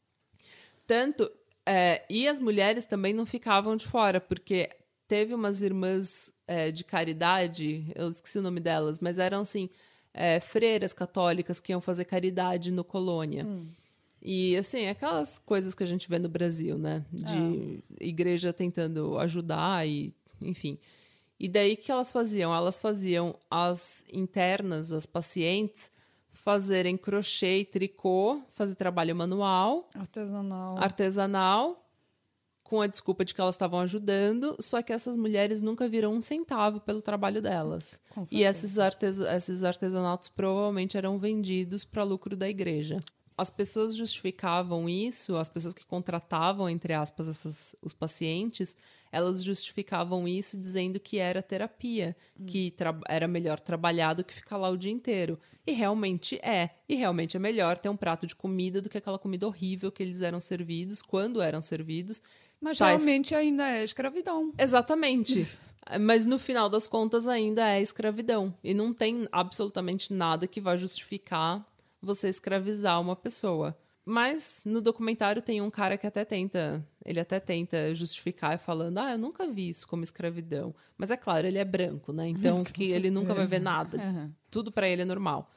Tanto, é, e as mulheres também não ficavam de fora, porque teve umas irmãs é, de caridade, eu esqueci o nome delas, mas eram assim, é, freiras católicas que iam fazer caridade no Colônia. Hum. E, assim, aquelas coisas que a gente vê no Brasil, né? De É. igreja tentando ajudar e, enfim. E daí, o que elas faziam? Elas faziam as internas, as pacientes, fazerem crochê e tricô, fazer trabalho manual, Artesanal. artesanal, com a desculpa de que elas estavam ajudando, só que essas mulheres nunca viram um centavo pelo trabalho delas. Com E certeza. esses, artes, esses artesanatos provavelmente eram vendidos para lucro da igreja. As pessoas justificavam isso, as pessoas que contratavam, entre aspas, essas, os pacientes, elas justificavam isso dizendo que era terapia, hum. que tra- era melhor trabalhar do que ficar lá o dia inteiro. E realmente é. E realmente é melhor ter um prato de comida do que aquela comida horrível que eles eram servidos, quando eram servidos. Mas Tais... realmente ainda é escravidão. Exatamente. Mas no final das contas ainda é escravidão. E não tem absolutamente nada que vá justificar você escravizar uma pessoa. Mas no documentário tem um cara que até tenta, ele até tenta justificar falando, ah, eu nunca vi isso como escravidão. Mas é claro, ele é branco, né? Então que ele nunca vai ver nada. Uhum. Tudo para ele é normal.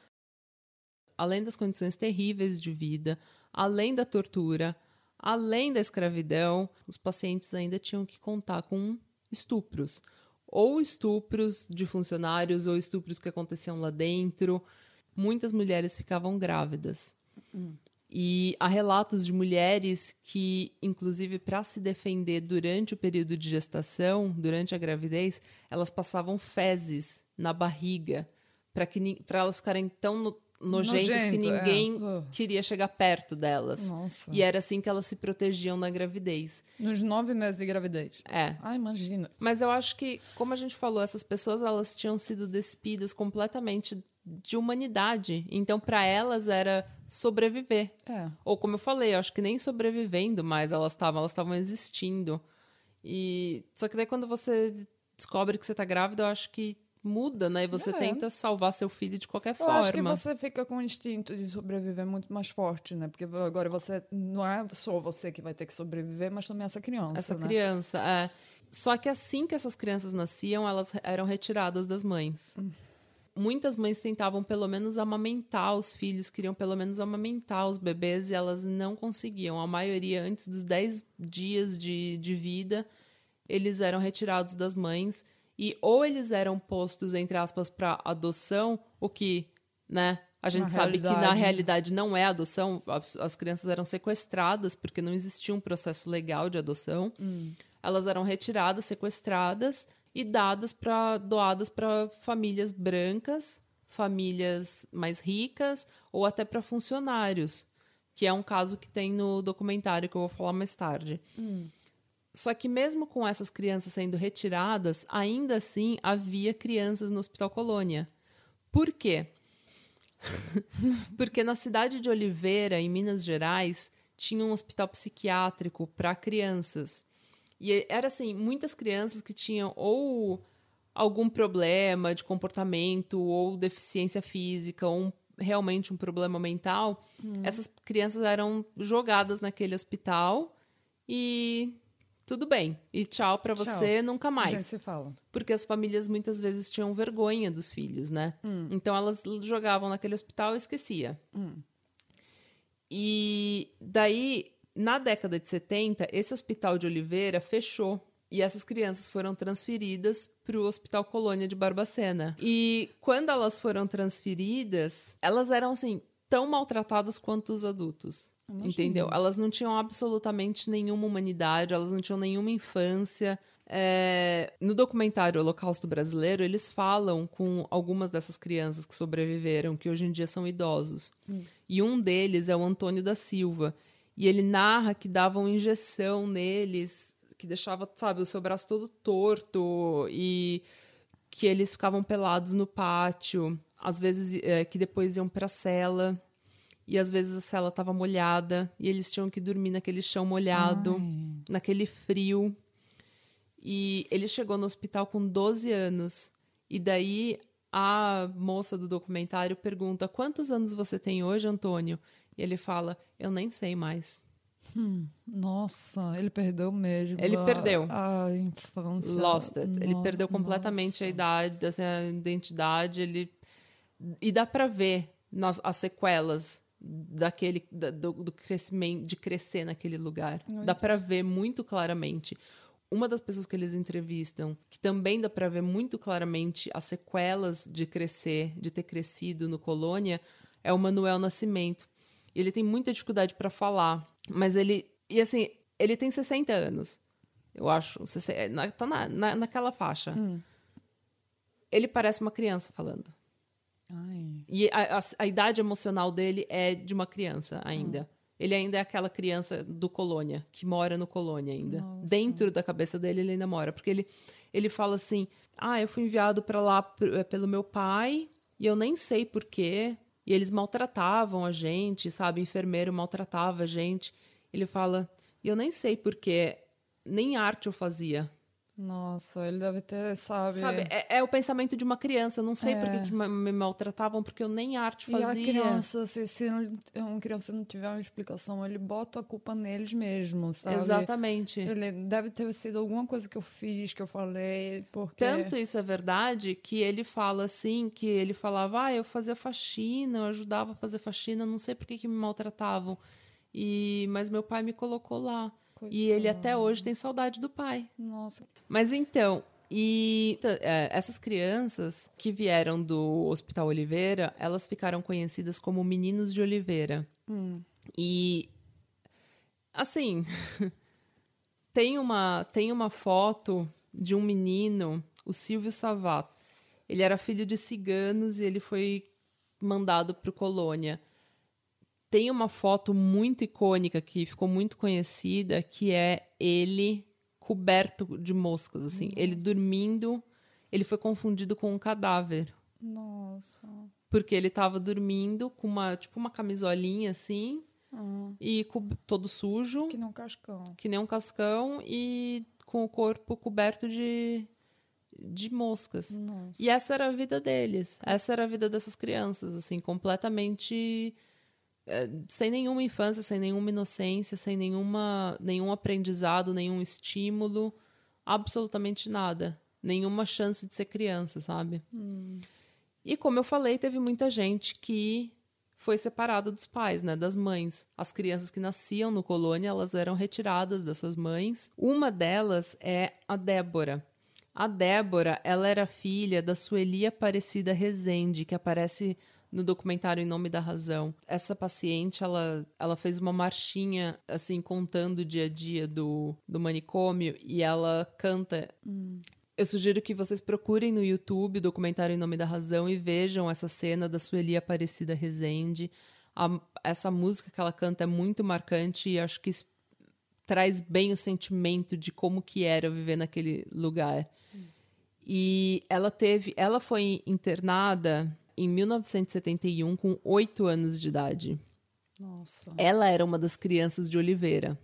Além das condições terríveis de vida, além da tortura, além da escravidão, os pacientes ainda tinham que contar com estupros. Ou estupros de funcionários, ou estupros que aconteciam lá dentro. Muitas mulheres ficavam grávidas. Hum. E há relatos de mulheres que, inclusive, para se defender durante o período de gestação, durante a gravidez, elas passavam fezes na barriga para elas ficarem tão no, nojentas Nojento, que ninguém é. uh. queria chegar perto delas. Nossa. E era assim que elas se protegiam na gravidez. Nos nove meses de gravidez. É. Ah, imagina. Mas eu acho que, como a gente falou, essas pessoas elas tinham sido despidas completamente de humanidade. Então, para elas, era sobreviver. É. Ou, como eu falei, eu acho que nem sobrevivendo mais elas estavam, elas estavam existindo. E só que daí, quando você descobre que você está grávida, eu acho que muda, né? E você é. tenta salvar seu filho de qualquer eu forma. Eu acho que você fica com o instinto de sobreviver muito mais forte, né? Porque agora você não é só você que vai ter que sobreviver, mas também essa criança, Essa né? criança, é. Só que assim que essas crianças nasciam, elas eram retiradas das mães. Hum. Muitas mães tentavam pelo menos amamentar os filhos, queriam pelo menos amamentar os bebês e elas não conseguiam. A maioria, antes dos dez dias de, de vida, eles eram retirados das mães e ou eles eram postos, entre aspas, para adoção, o que, né, a gente Na sabe que na realidade. realidade não é adoção, as, as crianças eram sequestradas porque não existia um processo legal de adoção. Hum. Elas eram retiradas, sequestradas e dadas para doadas para famílias brancas, famílias mais ricas ou até para funcionários, que é um caso que tem no documentário que eu vou falar mais tarde. Hum. Só que mesmo com essas crianças sendo retiradas, ainda assim havia crianças no Hospital Colônia. Por quê? Porque na cidade de Oliveira, em Minas Gerais, tinha um hospital psiquiátrico para crianças. E era assim, muitas crianças que tinham ou algum problema de comportamento, ou deficiência física, ou um, realmente um problema mental. Hum. Essas crianças eram jogadas naquele hospital e tudo bem. E tchau pra você, Tchau. nunca mais. A gente se fala. Porque as famílias muitas vezes tinham vergonha dos filhos, né? Hum. Então elas jogavam naquele hospital e esquecia. Hum. E daí, na década de setenta, esse hospital de Oliveira fechou. E essas crianças foram transferidas para o Hospital Colônia de Barbacena. E quando elas foram transferidas, elas eram, assim, tão maltratadas quanto os adultos. Imagina. Entendeu? Elas não tinham absolutamente nenhuma humanidade, elas não tinham nenhuma infância. É... No documentário Holocausto Brasileiro, eles falam com algumas dessas crianças que sobreviveram, que hoje em dia são idosos. Hum. E um deles é o Antônio da Silva. E ele narra que davam injeção neles, que deixava, sabe, o seu braço todo torto e que eles ficavam pelados no pátio. Às vezes, é, que depois iam para a cela. E às vezes a cela estava molhada e eles tinham que dormir naquele chão molhado, Ai. naquele frio. E ele chegou no hospital com doze anos. E daí a moça do documentário pergunta: quantos anos você tem hoje, Antônio? E ele fala: eu nem sei mais. Hum, nossa, ele perdeu mesmo. Ele a, perdeu. A infância. Lost it. No, ele perdeu completamente nossa. a idade, assim, a identidade. Ele... E dá para ver nas, as sequelas daquele da, do, do crescimento, de crescer naquele lugar. Muito. Dá para ver muito claramente. Uma das pessoas que eles entrevistam, que também dá para ver muito claramente as sequelas de crescer, de ter crescido no Colônia, é o Manuel Nascimento. Ele tem muita dificuldade para falar, mas ele... E assim, ele tem sessenta anos, eu acho. Tá na, na, naquela faixa. Hum. Ele parece uma criança falando. Ai. E a, a, a idade emocional dele é de uma criança ainda. Hum. Ele ainda é aquela criança do Colônia, que mora no Colônia ainda. Nossa. Dentro da cabeça dele, ele ainda mora. Porque ele, ele fala assim, ah, eu fui enviado para lá pelo meu pai e eu nem sei por quê. E eles maltratavam a gente, sabe? O enfermeiro maltratava a gente. Ele fala, e eu nem sei por quê, nem arte eu fazia. Nossa, ele deve ter, sabe... Sabe, é, é o pensamento de uma criança. Eu não sei é. por que, que me maltratavam, porque eu nem arte fazia. E a criança, se, se uma criança não tiver uma explicação, ele bota a culpa neles mesmos, sabe? Exatamente. Ele deve ter sido alguma coisa que eu fiz, que eu falei, porque... Tanto isso é verdade que ele fala assim, que ele falava, ah, eu fazia faxina, eu ajudava a fazer faxina, não sei por que, que me maltratavam. E, mas meu pai me colocou lá. Coitado. E ele até hoje tem saudade do pai. Nossa. Mas então, e é, essas crianças que vieram do Hospital Oliveira, elas ficaram conhecidas como Meninos de Oliveira. Hum. E, assim, tem, uma, tem uma foto de um menino, o Silvio Savato. Ele era filho de ciganos e ele foi mandado para o Colônia. Tem uma foto muito icônica que ficou muito conhecida, que é ele coberto de moscas, assim. Nossa. Ele dormindo, ele foi confundido com um cadáver. Nossa. Porque ele estava dormindo com uma, tipo, uma camisolinha, assim, uhum. e todo sujo. Que nem um cascão. Que nem um cascão e com o corpo coberto de, de moscas. Nossa. E essa era a vida deles. Essa era a vida dessas crianças, assim, completamente... sem nenhuma infância, sem nenhuma inocência, sem nenhuma, nenhum aprendizado, nenhum estímulo, absolutamente nada. Nenhuma chance de ser criança, sabe? Hum. E como eu falei, teve muita gente que foi separada dos pais, né, das mães. As crianças que nasciam no colônia, elas eram retiradas das suas mães. Uma delas é a Débora. A Débora, ela era filha da Sueli Aparecida Rezende, que aparece no documentário Em Nome da Razão. Essa paciente, ela, ela fez uma marchinha, assim, contando o dia a dia do, do manicômio, e ela canta... Hum. Eu sugiro que vocês procurem no YouTube o documentário Em Nome da Razão e vejam essa cena da Sueli Aparecida Rezende. A, essa música que ela canta é muito marcante e acho que traz bem o sentimento de como que era viver naquele lugar. Hum. E ela teve, ela foi internada em mil novecentos e setenta e um com oito anos de idade. Nossa. Ela era uma das crianças de Oliveira.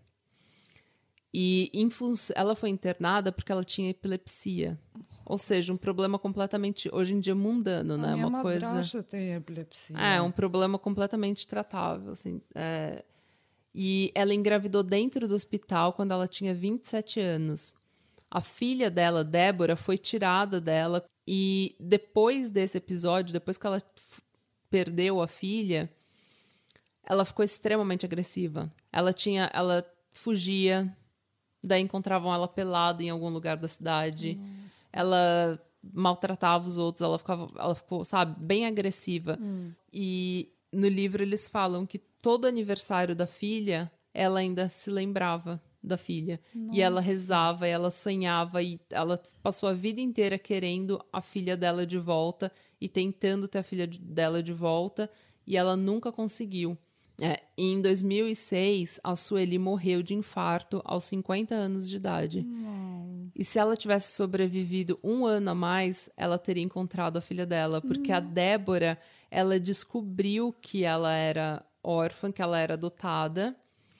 E em fun- ela foi internada porque ela tinha epilepsia. Ou seja, um problema completamente, hoje em dia, mundano, A né? minha Uma coisa. madrasta tem epilepsia. É, um problema completamente tratável, assim. É... E ela engravidou dentro do hospital quando ela tinha vinte e sete anos. A filha dela, Débora, foi tirada dela. E depois desse episódio, depois que ela f- perdeu a filha, ela ficou extremamente agressiva. Ela tinha, ela fugia, daí encontravam ela pelada em algum lugar da cidade. Nossa. Ela maltratava os outros, ela ficava, ela ficou, sabe, bem agressiva. Hum. E no livro eles falam que todo aniversário da filha, ela ainda se lembrava da filha. Nossa. E ela rezava, e ela sonhava, e ela passou a vida inteira querendo a filha dela de volta e tentando ter a filha dela de volta, e ela nunca conseguiu. É, e em dois mil e seis, a Sueli morreu de infarto aos cinquenta anos de idade. Não. E se ela tivesse sobrevivido um ano a mais, ela teria encontrado a filha dela, porque hum. a Débora, ela descobriu que ela era órfã, que ela era adotada,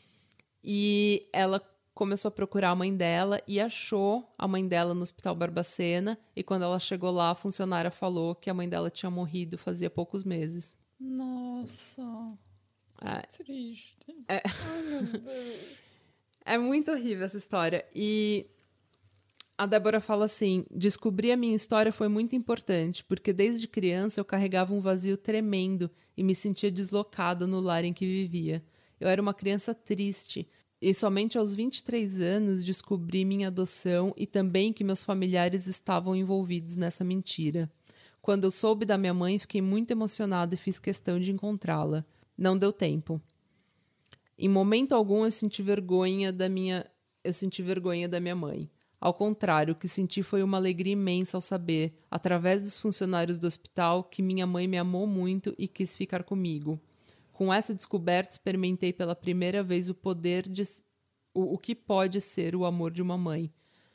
e ela começou a procurar a mãe dela e achou a mãe dela no Hospital Barbacena. E quando ela chegou lá, a funcionária falou que a mãe dela tinha morrido fazia poucos meses. Nossa, é, que triste. É, Ai, meu Deus. É muito horrível essa história. E a Débora fala assim: descobrir a minha história foi muito importante, porque desde criança eu carregava um vazio tremendo e me sentia deslocada no lar em que vivia. Eu era uma criança triste. E somente aos vinte e três anos descobri minha adoção e também que meus familiares estavam envolvidos nessa mentira. Quando eu soube da minha mãe, fiquei muito emocionada e fiz questão de encontrá-la. Não deu tempo. Em momento algum eu senti vergonha da minha, eu senti vergonha da minha mãe. Ao contrário, o que senti foi uma alegria imensa ao saber, através dos funcionários do hospital, que minha mãe me amou muito e quis ficar comigo. Com essa descoberta, experimentei pela primeira vez o poder de... O, o que pode ser o amor de uma mãe.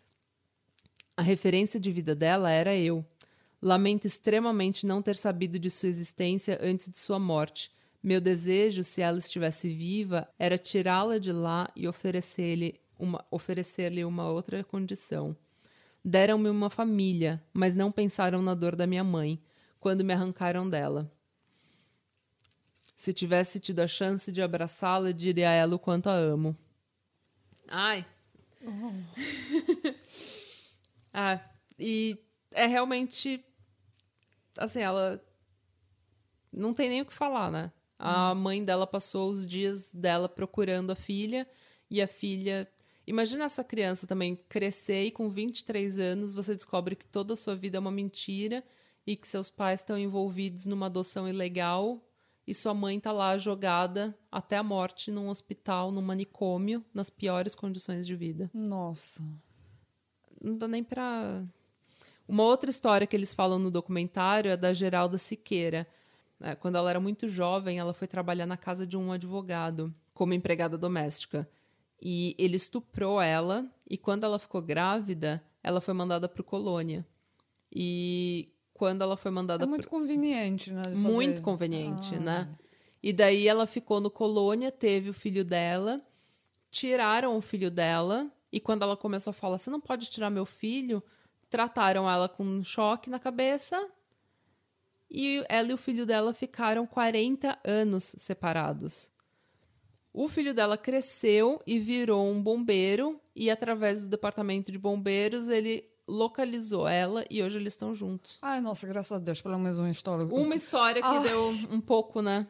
A referência de vida dela era eu. Lamento extremamente não ter sabido de sua existência antes de sua morte. Meu desejo, se ela estivesse viva, era tirá-la de lá e oferecer-lhe uma, oferecer-lhe uma outra condição. Deram-me uma família, mas não pensaram na dor da minha mãe, quando me arrancaram dela. Se tivesse tido a chance de abraçá-la, diria a ela o quanto a amo. Ai. Oh. ah, e é realmente... Assim, ela... Não tem nem o que falar, né? A hum. mãe dela passou os dias dela procurando a filha, e a filha... Imagina essa criança também crescer e com vinte e três anos você descobre que toda a sua vida é uma mentira e que seus pais estão envolvidos numa adoção ilegal... E sua mãe tá lá jogada até a morte num hospital, num manicômio, nas piores condições de vida. Nossa. Não dá nem pra... Uma outra história que eles falam no documentário é da Geralda Siqueira. É, quando ela era muito jovem, ela foi trabalhar na casa de um advogado como empregada doméstica. E ele estuprou ela, e quando ela ficou grávida, ela foi mandada pro colônia. E... Quando ela foi mandada... É muito pro... conveniente, né? de Muito fazer. conveniente, ah. né? E daí ela ficou no colônia, teve o filho dela, tiraram o filho dela, e quando ela começou a falar, você não pode tirar meu filho, trataram ela com um choque na cabeça, e ela e o filho dela ficaram quarenta anos separados. O filho dela cresceu e virou um bombeiro, e através do departamento de bombeiros, ele... localizou ela e hoje eles estão juntos. Ai, nossa, graças a Deus, pelo menos uma história. Uma história que ah. deu um pouco, né?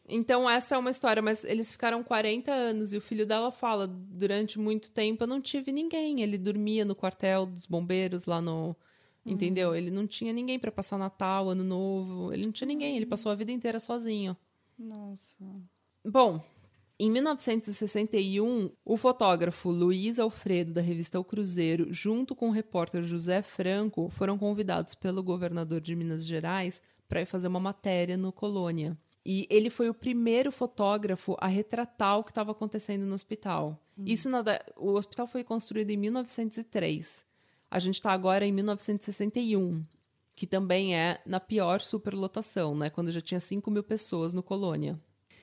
Então, essa é uma história, mas eles ficaram quarenta anos e o filho dela fala, durante muito tempo eu não tive ninguém. Ele dormia no quartel dos bombeiros lá no... Entendeu? Uhum. Ele não tinha ninguém para passar Natal, Ano Novo. Ele não tinha ninguém, ele passou a vida inteira sozinho. Nossa. Bom, em mil novecentos e sessenta e um, o fotógrafo Luiz Alfredo, da revista O Cruzeiro, junto com o repórter José Franco, foram convidados pelo governador de Minas Gerais para ir fazer uma matéria no Colônia. E ele foi o primeiro fotógrafo a retratar o que estava acontecendo no hospital. Hum. Isso na, o hospital foi construído em mil novecentos e três. A gente está agora em mil novecentos e sessenta e um, que também é na pior superlotação, né? Quando já tinha cinco mil pessoas no Colônia.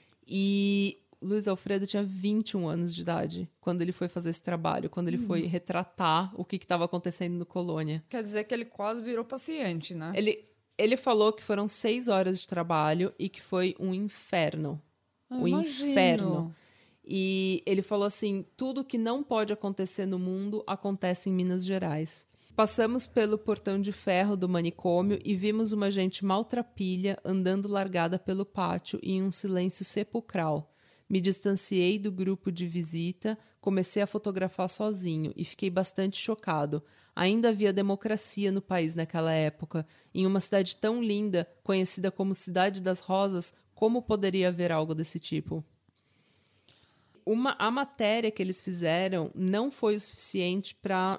E Luiz Alfredo tinha vinte e um anos de idade quando ele foi fazer esse trabalho, quando ele hum. foi retratar o que estava acontecendo no Colônia. Quer dizer que ele quase virou paciente, né? Ele... Ele falou que foram seis horas de trabalho e que foi um inferno. Eu um imagino. inferno. E ele falou assim, tudo que não pode acontecer no mundo acontece em Minas Gerais. Passamos pelo portão de ferro do manicômio e vimos uma gente maltrapilha andando largada pelo pátio em um silêncio sepulcral. Me distanciei do grupo de visita, comecei a fotografar sozinho e fiquei bastante chocado. Ainda havia democracia no país naquela época. Em uma cidade tão linda, conhecida como Cidade das Rosas, como poderia haver algo desse tipo? Uma, a matéria que eles fizeram não foi o suficiente para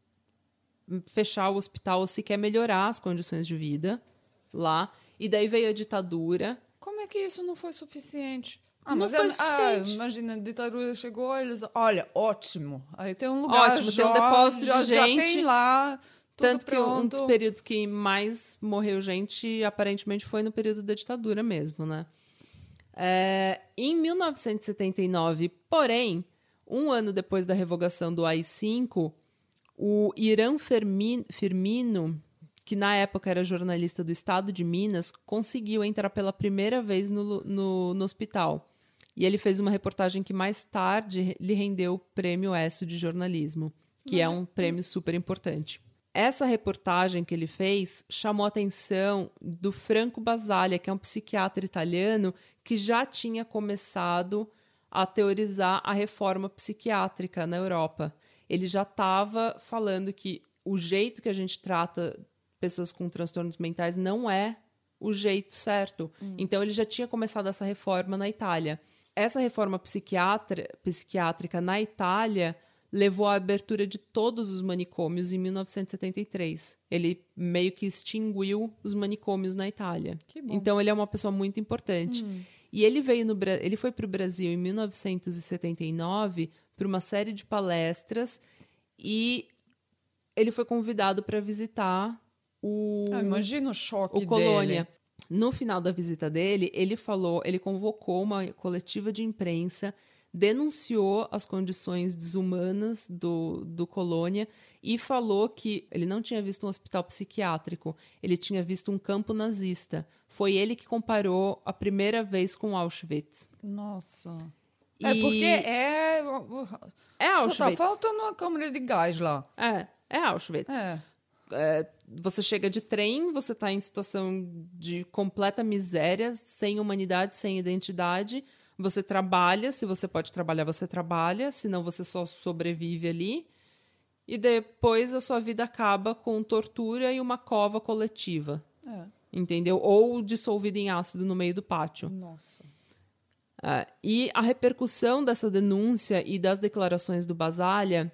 fechar o hospital ou sequer melhorar as condições de vida lá. E daí veio a ditadura. Como é que isso não foi suficiente? Ah, não mas foi é, suficiente. Ah, imagina, a ditadura chegou, eles... Olha, ótimo. Aí tem um lugar... Ótimo, já, tem um depósito já, de gente. Já tem lá, tudo Tanto que pronto. um dos períodos que mais morreu gente, aparentemente, foi no período da ditadura mesmo, né? É, em mil novecentos e setenta e nove, porém, um ano depois da revogação do A I cinco, o Irã Firmino, que na época era jornalista do Estado de Minas, conseguiu entrar pela primeira vez no, no, no hospital. E ele fez uma reportagem que mais tarde lhe rendeu o Prêmio Écio de Jornalismo, que Mas... é um prêmio super importante. Essa reportagem que ele fez chamou a atenção do Franco Basaglia, que é um psiquiatra italiano que já tinha começado a teorizar a reforma psiquiátrica na Europa. Ele já estava falando que o jeito que a gente trata pessoas com transtornos mentais não é o jeito certo. Hum. Então, ele já tinha começado essa reforma na Itália. Essa reforma psiquiátrica na Itália levou à abertura de todos os manicômios em mil novecentos e setenta e três. Ele meio que extinguiu os manicômios na Itália. Que bom. Então, ele é uma pessoa muito importante. Hum. E ele, veio no, ele foi para o Brasil em mil novecentos e setenta e nove para uma série de palestras e ele foi convidado para visitar o, ah, imagina o choque o Colônia. Dele. No final da visita dele, ele falou, ele convocou uma coletiva de imprensa, denunciou as condições desumanas do, do Colônia e falou que ele não tinha visto um hospital psiquiátrico, ele tinha visto um campo nazista. Foi ele que comparou a primeira vez com Auschwitz. Nossa. E... É porque é... É Auschwitz. Só tá faltando uma câmara de gás lá. É, é Auschwitz. É. É, você chega de trem, você está em situação de completa miséria, sem humanidade, sem identidade. Você trabalha, se você pode trabalhar, você trabalha, senão você só sobrevive ali. E depois a sua vida acaba com tortura e uma cova coletiva. É. Entendeu? Ou dissolvida em ácido no meio do pátio. Nossa. É, e a repercussão dessa denúncia e das declarações do Basaglia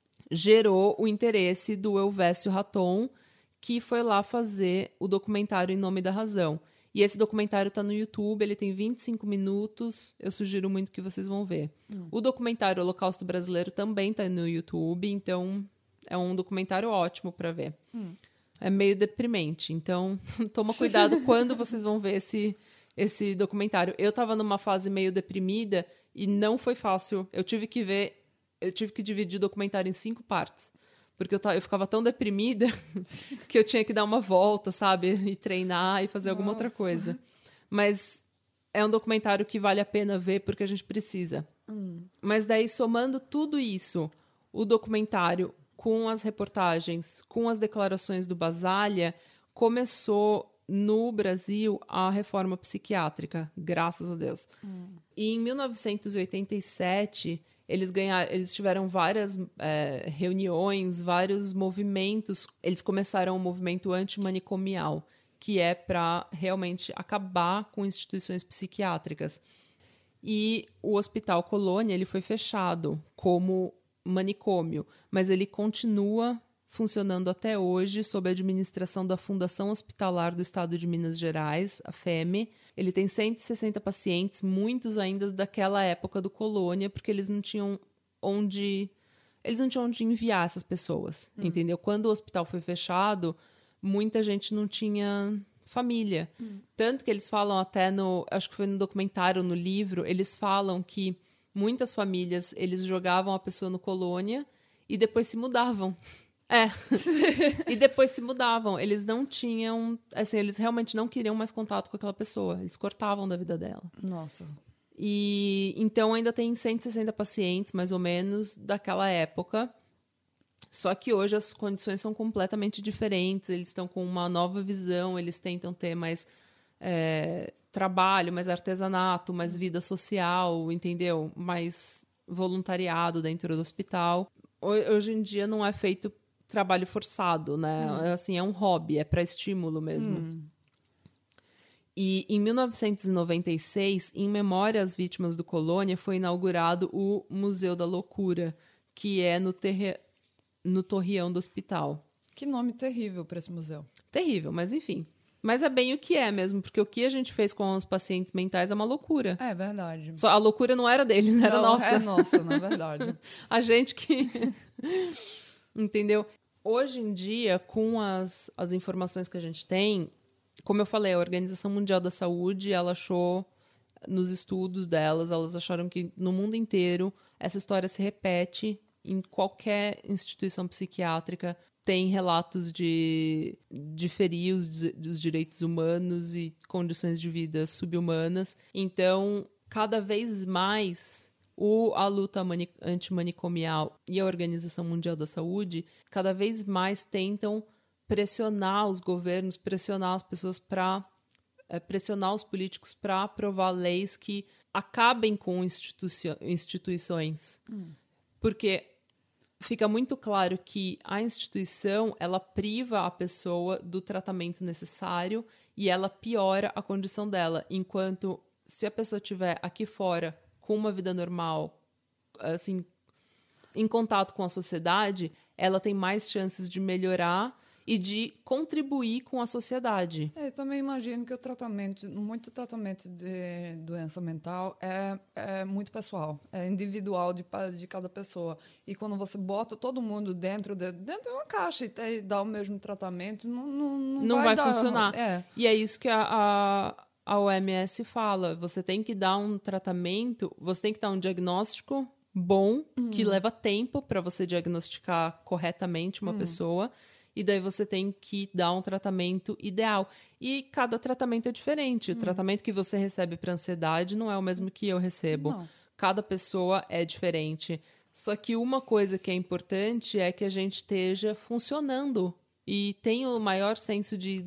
gerou o interesse do Elvésio Raton, que foi lá fazer o documentário Em Nome da Razão. E esse documentário está no YouTube, ele tem vinte e cinco minutos, eu sugiro muito que vocês vão ver. Hum. O documentário Holocausto Brasileiro também está no YouTube, então é um documentário ótimo para ver. Hum. É meio deprimente, então toma cuidado quando vocês vão ver esse, esse documentário. Eu estava numa fase meio deprimida e não foi fácil. Eu tive que ver... Eu tive que dividir o documentário em cinco partes. Porque eu, eu ficava tão deprimida que eu tinha que dar uma volta, sabe? E treinar e fazer Nossa. alguma outra coisa. Mas é um documentário que vale a pena ver porque a gente precisa. Hum. Mas daí, somando tudo isso, o documentário com as reportagens, com as declarações do Basaglia, começou no Brasil a reforma psiquiátrica, graças a Deus. Hum. E em mil novecentos e oitenta e sete, eles ganharam, eles tiveram várias é, reuniões, vários movimentos. Eles começaram um movimento antimanicomial, que é para realmente acabar com instituições psiquiátricas. E o Hospital Colônia ele foi fechado como manicômio, mas ele continua funcionando até hoje sob a administração da Fundação Hospitalar do Estado de Minas Gerais, a F E M. Ele tem cento e sessenta pacientes, muitos ainda daquela época do Colônia, porque eles não tinham onde, eles não tinham onde enviar essas pessoas, hum. entendeu? Quando o hospital foi fechado, muita gente não tinha família. Hum. Tanto que eles falam até no, acho que foi no documentário, no livro, eles falam que muitas famílias, eles jogavam a pessoa no Colônia e depois se mudavam. É. E depois se mudavam. Eles não tinham... Assim, eles realmente não queriam mais contato com aquela pessoa. Eles cortavam da vida dela. Nossa. E então ainda tem cento e sessenta pacientes, mais ou menos, daquela época. Só que hoje as condições são completamente diferentes. Eles estão com uma nova visão. Eles tentam ter mais é, trabalho, mais artesanato, mais vida social, entendeu? Mais voluntariado dentro do hospital. Hoje em dia não é feito trabalho forçado, né? Hum. Assim, é um hobby, é para estímulo mesmo. Hum. E em mil novecentos e noventa e seis, em memória às vítimas do Colônia, foi inaugurado o Museu da Loucura, que é no, terre... no torreão do hospital. Que nome terrível para esse museu. Terrível, mas enfim. Mas é bem o que é mesmo, porque o que a gente fez com os pacientes mentais é uma loucura. É verdade. Só a loucura não era deles, era não, nossa. É nossa, na verdade. A gente que... Entendeu? Hoje em dia, com as, as informações que a gente tem, como eu falei, a Organização Mundial da Saúde, ela achou, nos estudos delas, elas acharam que no mundo inteiro essa história se repete em qualquer instituição psiquiátrica. Tem relatos de, de ferir os, os direitos humanos e condições de vida subhumanas. Então, cada vez mais... O, a luta mani- antimanicomial e a Organização Mundial da Saúde cada vez mais tentam pressionar os governos, pressionar as pessoas para é, pressionar os políticos para aprovar leis que acabem com instituiço- instituições. Hum. Porque fica muito claro que a instituição ela priva a pessoa do tratamento necessário e ela piora a condição dela. Enquanto se a pessoa estiver aqui fora com uma vida normal, assim, em contato com a sociedade, ela tem mais chances de melhorar e de contribuir com a sociedade. É, eu também imagino que o tratamento, muito tratamento de doença mental é, é muito pessoal, é individual de, de cada pessoa. E quando você bota todo mundo dentro de, dentro de uma caixa e dá o mesmo tratamento, não, não, não, não vai, vai dar, funcionar. É. E é isso que a... a A O M S fala, você tem que dar um tratamento, você tem que dar um diagnóstico bom, uhum. que leva tempo para você diagnosticar corretamente uma uhum. pessoa, e daí você tem que dar um tratamento ideal. E cada tratamento é diferente. Uhum. O tratamento que você recebe para ansiedade não é o mesmo que eu recebo. Não. Cada pessoa é diferente. Só que uma coisa que é importante é que a gente esteja funcionando e tem o maior senso de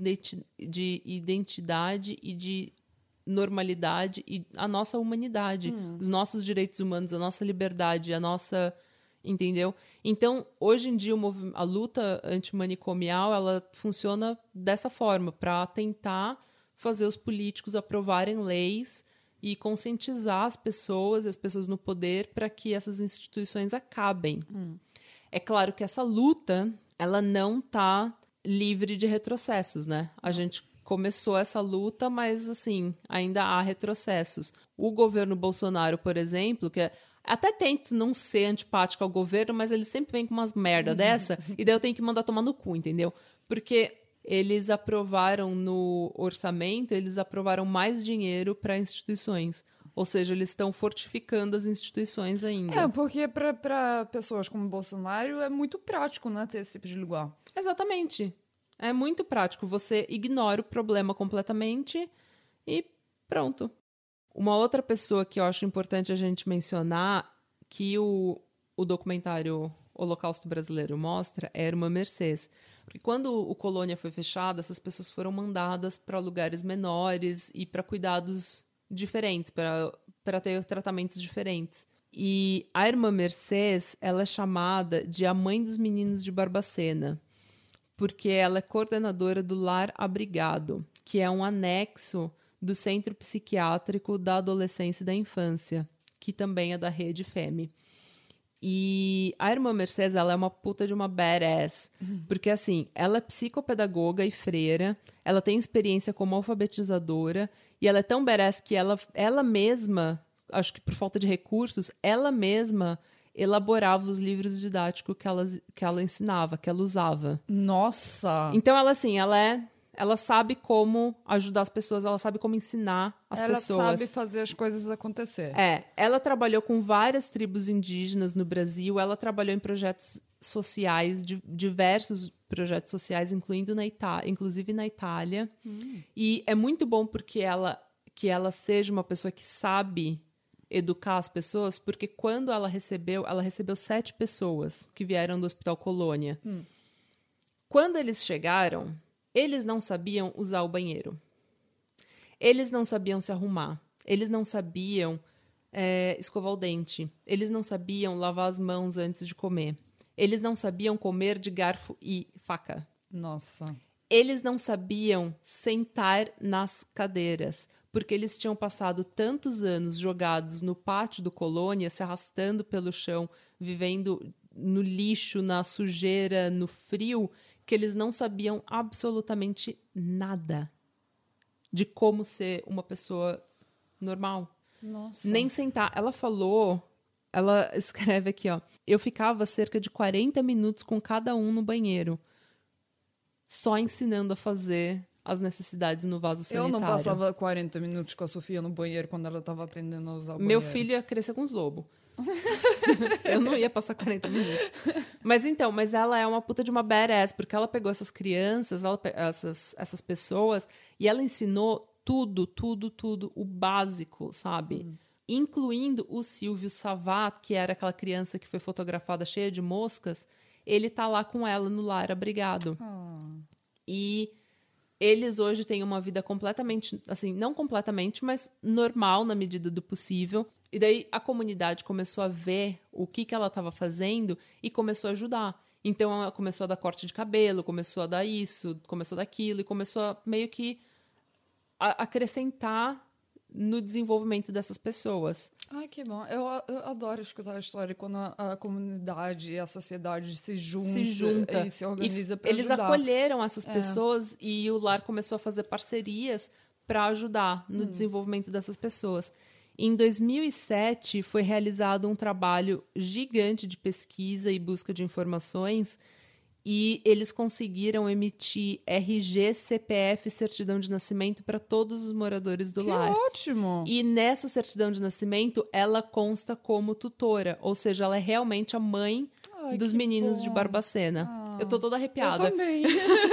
identidade e de normalidade e a nossa humanidade, hum. os nossos direitos humanos, a nossa liberdade, a nossa... Entendeu? Então, hoje em dia, a luta antimanicomial, ela funciona dessa forma, para tentar fazer os políticos aprovarem leis e conscientizar as pessoas, as pessoas no poder, para que essas instituições acabem. Hum. É claro que essa luta... ela não está livre de retrocessos, né? A gente começou essa luta, mas, assim, ainda há retrocessos. O governo Bolsonaro, por exemplo, que é, até tento não ser antipático ao governo, mas ele sempre vem com umas merda dessa, e daí eu tenho que mandar tomar no cu, entendeu? Porque eles aprovaram no orçamento, eles aprovaram mais dinheiro para instituições. Ou seja, eles estão fortificando as instituições ainda. É, porque para pessoas como Bolsonaro é muito prático, né, ter esse tipo de lugar. Exatamente. É muito prático. Você ignora o problema completamente e pronto. Uma outra pessoa que eu acho importante a gente mencionar, que o, o documentário Holocausto Brasileiro mostra é a Irmã Mercês. Porque quando o Colônia foi fechado, essas pessoas foram mandadas para lugares menores e para cuidados diferentes, para ter tratamentos diferentes. E a Irmã Mercês, ela é chamada de a mãe dos meninos de Barbacena, porque ela é coordenadora do Lar Abrigado, que é um anexo do Centro Psiquiátrico da Adolescência e da Infância, que também é da Rede F E M. E a Irmã Mercedes, ela é uma puta de uma badass, uhum. porque assim, ela é psicopedagoga e freira, ela tem experiência como alfabetizadora, e ela é tão badass que ela, ela mesma, acho que por falta de recursos, ela mesma elaborava os livros didáticos que ela, que ela ensinava, que ela usava. Nossa! Então ela, assim, ela é... Ela sabe como ajudar as pessoas, ela sabe como ensinar as ela pessoas. Ela sabe fazer as coisas acontecer. É, ela trabalhou com várias tribos indígenas no Brasil, ela trabalhou em projetos sociais, de, diversos projetos sociais, incluindo na Itália, inclusive na Itália. Hum. E é muito bom porque ela, que ela seja uma pessoa que sabe educar as pessoas, porque quando ela recebeu, ela recebeu sete pessoas que vieram do Hospital Colônia. Hum. Quando eles chegaram... Eles não sabiam usar o banheiro. Eles não sabiam se arrumar. Eles não sabiam é, escovar o dente. Eles não sabiam lavar as mãos antes de comer. Eles não sabiam comer de garfo e faca. Nossa. Eles não sabiam sentar nas cadeiras, porque eles tinham passado tantos anos jogados no pátio do Colônia, se arrastando pelo chão, vivendo no lixo, na sujeira, no frio, que eles não sabiam absolutamente nada de como ser uma pessoa normal. Nossa. Nem sentar. Ela falou, ela escreve aqui, ó, eu ficava cerca de quarenta minutos com cada um no banheiro, só ensinando a fazer as necessidades no vaso sanitário. Eu não passava quarenta minutos com a Sofia no banheiro quando ela estava aprendendo a usar o Meu banheiro. filho ia crescer com os lobos. Eu não ia passar quarenta minutos. Mas então, mas ela é uma puta de uma badass, porque ela pegou essas crianças, ela, essas, essas pessoas, e ela ensinou tudo, tudo, tudo, o básico, sabe? Hum. Incluindo o Silvio Savat, que era aquela criança que foi fotografada cheia de moscas, ele tá lá com ela no lar abrigado. Oh. E eles hoje têm uma vida completamente, assim, não completamente, mas normal na medida do possível. E daí a comunidade começou a ver o que, que ela estava fazendo e começou a ajudar. Então ela começou a dar corte de cabelo, começou a dar isso, começou a dar aquilo, e começou a meio que a acrescentar no desenvolvimento dessas pessoas. Ai, que bom. Eu, eu adoro escutar a história quando a, a comunidade e a sociedade se junta, se junta e se organiza para ajudar. Eles acolheram essas é. pessoas e o lar começou a fazer parcerias para ajudar no hum. desenvolvimento dessas pessoas. Em dois mil e sete, foi realizado um trabalho gigante de pesquisa e busca de informações e eles conseguiram emitir R G, C P F e certidão de nascimento para todos os moradores do que lar. Que ótimo! E nessa certidão de nascimento, ela consta como tutora, ou seja, ela é realmente a mãe Ai, dos meninos bom. de Barbacena. Ah, eu tô toda arrepiada. Eu também.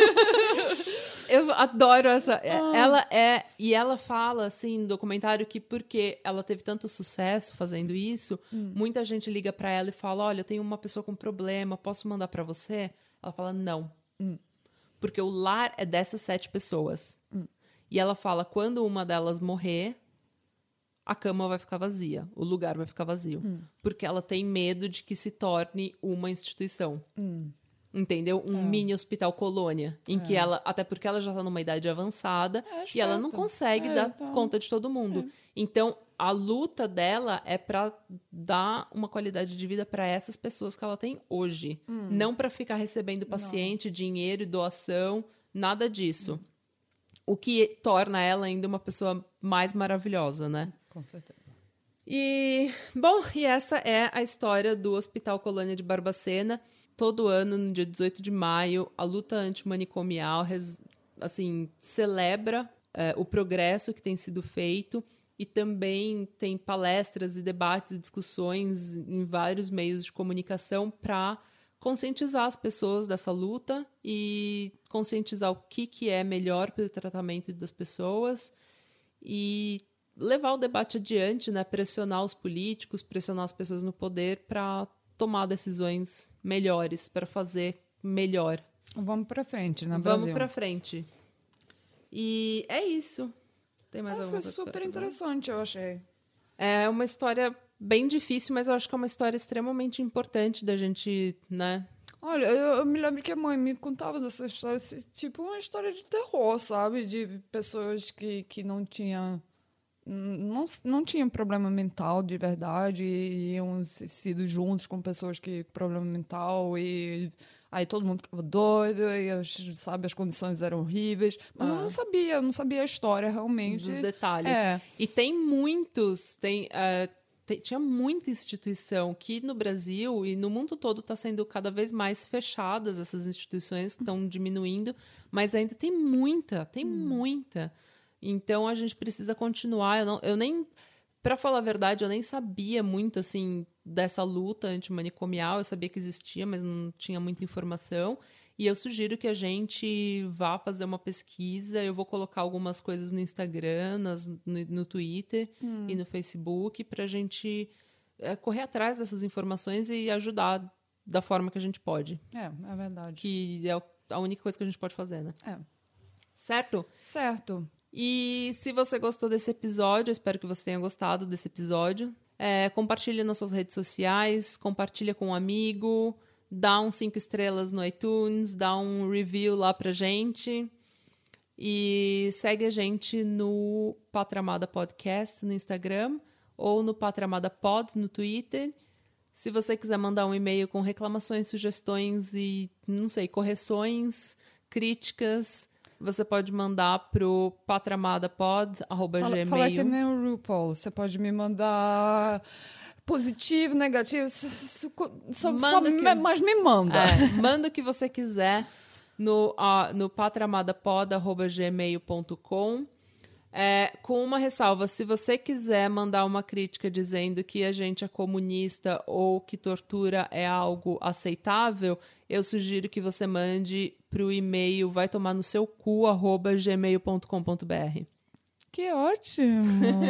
Eu adoro essa... Ah. Ela é... E ela fala, assim, no documentário que porque ela teve tanto sucesso fazendo isso, hum. muita gente liga pra ela e fala, olha, eu tenho uma pessoa com problema, posso mandar pra você? Ela fala, não. Hum. Porque o lar é dessas sete pessoas. Hum. E ela fala, quando uma delas morrer, a cama vai ficar vazia, o lugar vai ficar vazio. Hum. Porque ela tem medo de que se torne uma instituição. Hum. Entendeu? Um é. mini hospital colônia, em é. que ela, até porque ela já está numa idade avançada é, e ela não consegue é, dar então... conta de todo mundo. É. Então, a luta dela é para dar uma qualidade de vida para essas pessoas que ela tem hoje. Hum. Não para ficar recebendo paciente, não. dinheiro e doação, nada disso. Hum. O que torna ela ainda uma pessoa mais maravilhosa, né? Com certeza. E, bom, e essa é a história do Hospital Colônia de Barbacena. Todo ano, no dia dezoito de maio, a luta antimanicomial assim, celebra é, o progresso que tem sido feito e também tem palestras e debates e discussões em vários meios de comunicação para conscientizar as pessoas dessa luta e conscientizar o que, que é melhor para o tratamento das pessoas e levar o debate adiante, né? Pressionar os políticos, pressionar as pessoas no poder para tomar decisões melhores, para fazer melhor. Vamos pra frente, né, Vamos Brasil? pra frente. E é isso. Tem mais Ah, alguma foi coisa super pra fazer? interessante, eu achei. É uma história bem difícil, mas eu acho que é uma história extremamente importante da gente, né? Olha, eu, eu me lembro que a mãe me contava dessa história, assim, tipo uma história de terror, sabe? De pessoas que, que não tinham não, não tinham problema mental de verdade e iam sido juntos com pessoas que problema mental e aí todo mundo ficava doido e, as, sabe, as condições eram horríveis. Mas Ah. eu não sabia, eu não sabia a história realmente. Dos detalhes. É. E tem muitos, tem, uh, tem, tinha muita instituição que no Brasil e no mundo todo está sendo cada vez mais fechadas, essas instituições estão diminuindo, mas ainda tem muita, tem hum. muita. Então a gente precisa continuar. Eu, não, eu nem, para falar a verdade, eu nem sabia muito assim dessa luta antimanicomial. Eu sabia que existia, mas não tinha muita informação. E eu sugiro que a gente vá fazer uma pesquisa. Eu vou colocar algumas coisas no Instagram, nas, no, no Twitter hum. e no Facebook para a gente é, correr atrás dessas informações e ajudar da forma que a gente pode. É, é verdade. Que é a única coisa que a gente pode fazer, né? É. Certo? Certo. E se você gostou desse episódio, eu espero que você tenha gostado desse episódio. É, compartilha nas suas redes sociais, compartilha com um amigo, dá uns cinco estrelas no iTunes, dá um review lá pra gente. E segue a gente no Patramada Podcast no Instagram ou no Patramada Pod no Twitter. Se você quiser mandar um e-mail com reclamações, sugestões e, não sei, correções, críticas, você pode mandar pro patramadapod arroba gmail. Fala que nem o RuPaul. Você pode me mandar positivo, negativo, só, só, só que, me, mas me manda. É, manda o que você quiser no, uh, no patramadapod arroba gmail ponto com. É, com uma ressalva, se você quiser mandar uma crítica dizendo que a gente é comunista ou que tortura é algo aceitável, eu sugiro que você mande para o e-mail vai tomar no seu cu arroba gmail ponto com ponto br. Que ótimo!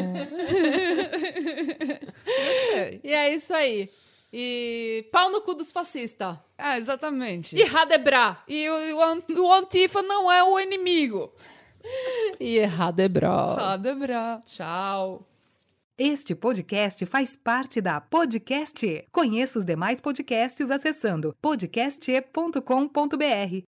Gostei. E é isso aí. E pau no cu dos fascistas. Ah, exatamente. E Radebra. E o, o, o Antifa não é o inimigo. E Radebra. Radebra. Tchau. Este podcast faz parte da Podcast E. Conheça os demais podcasts acessando podcast ponto com ponto br.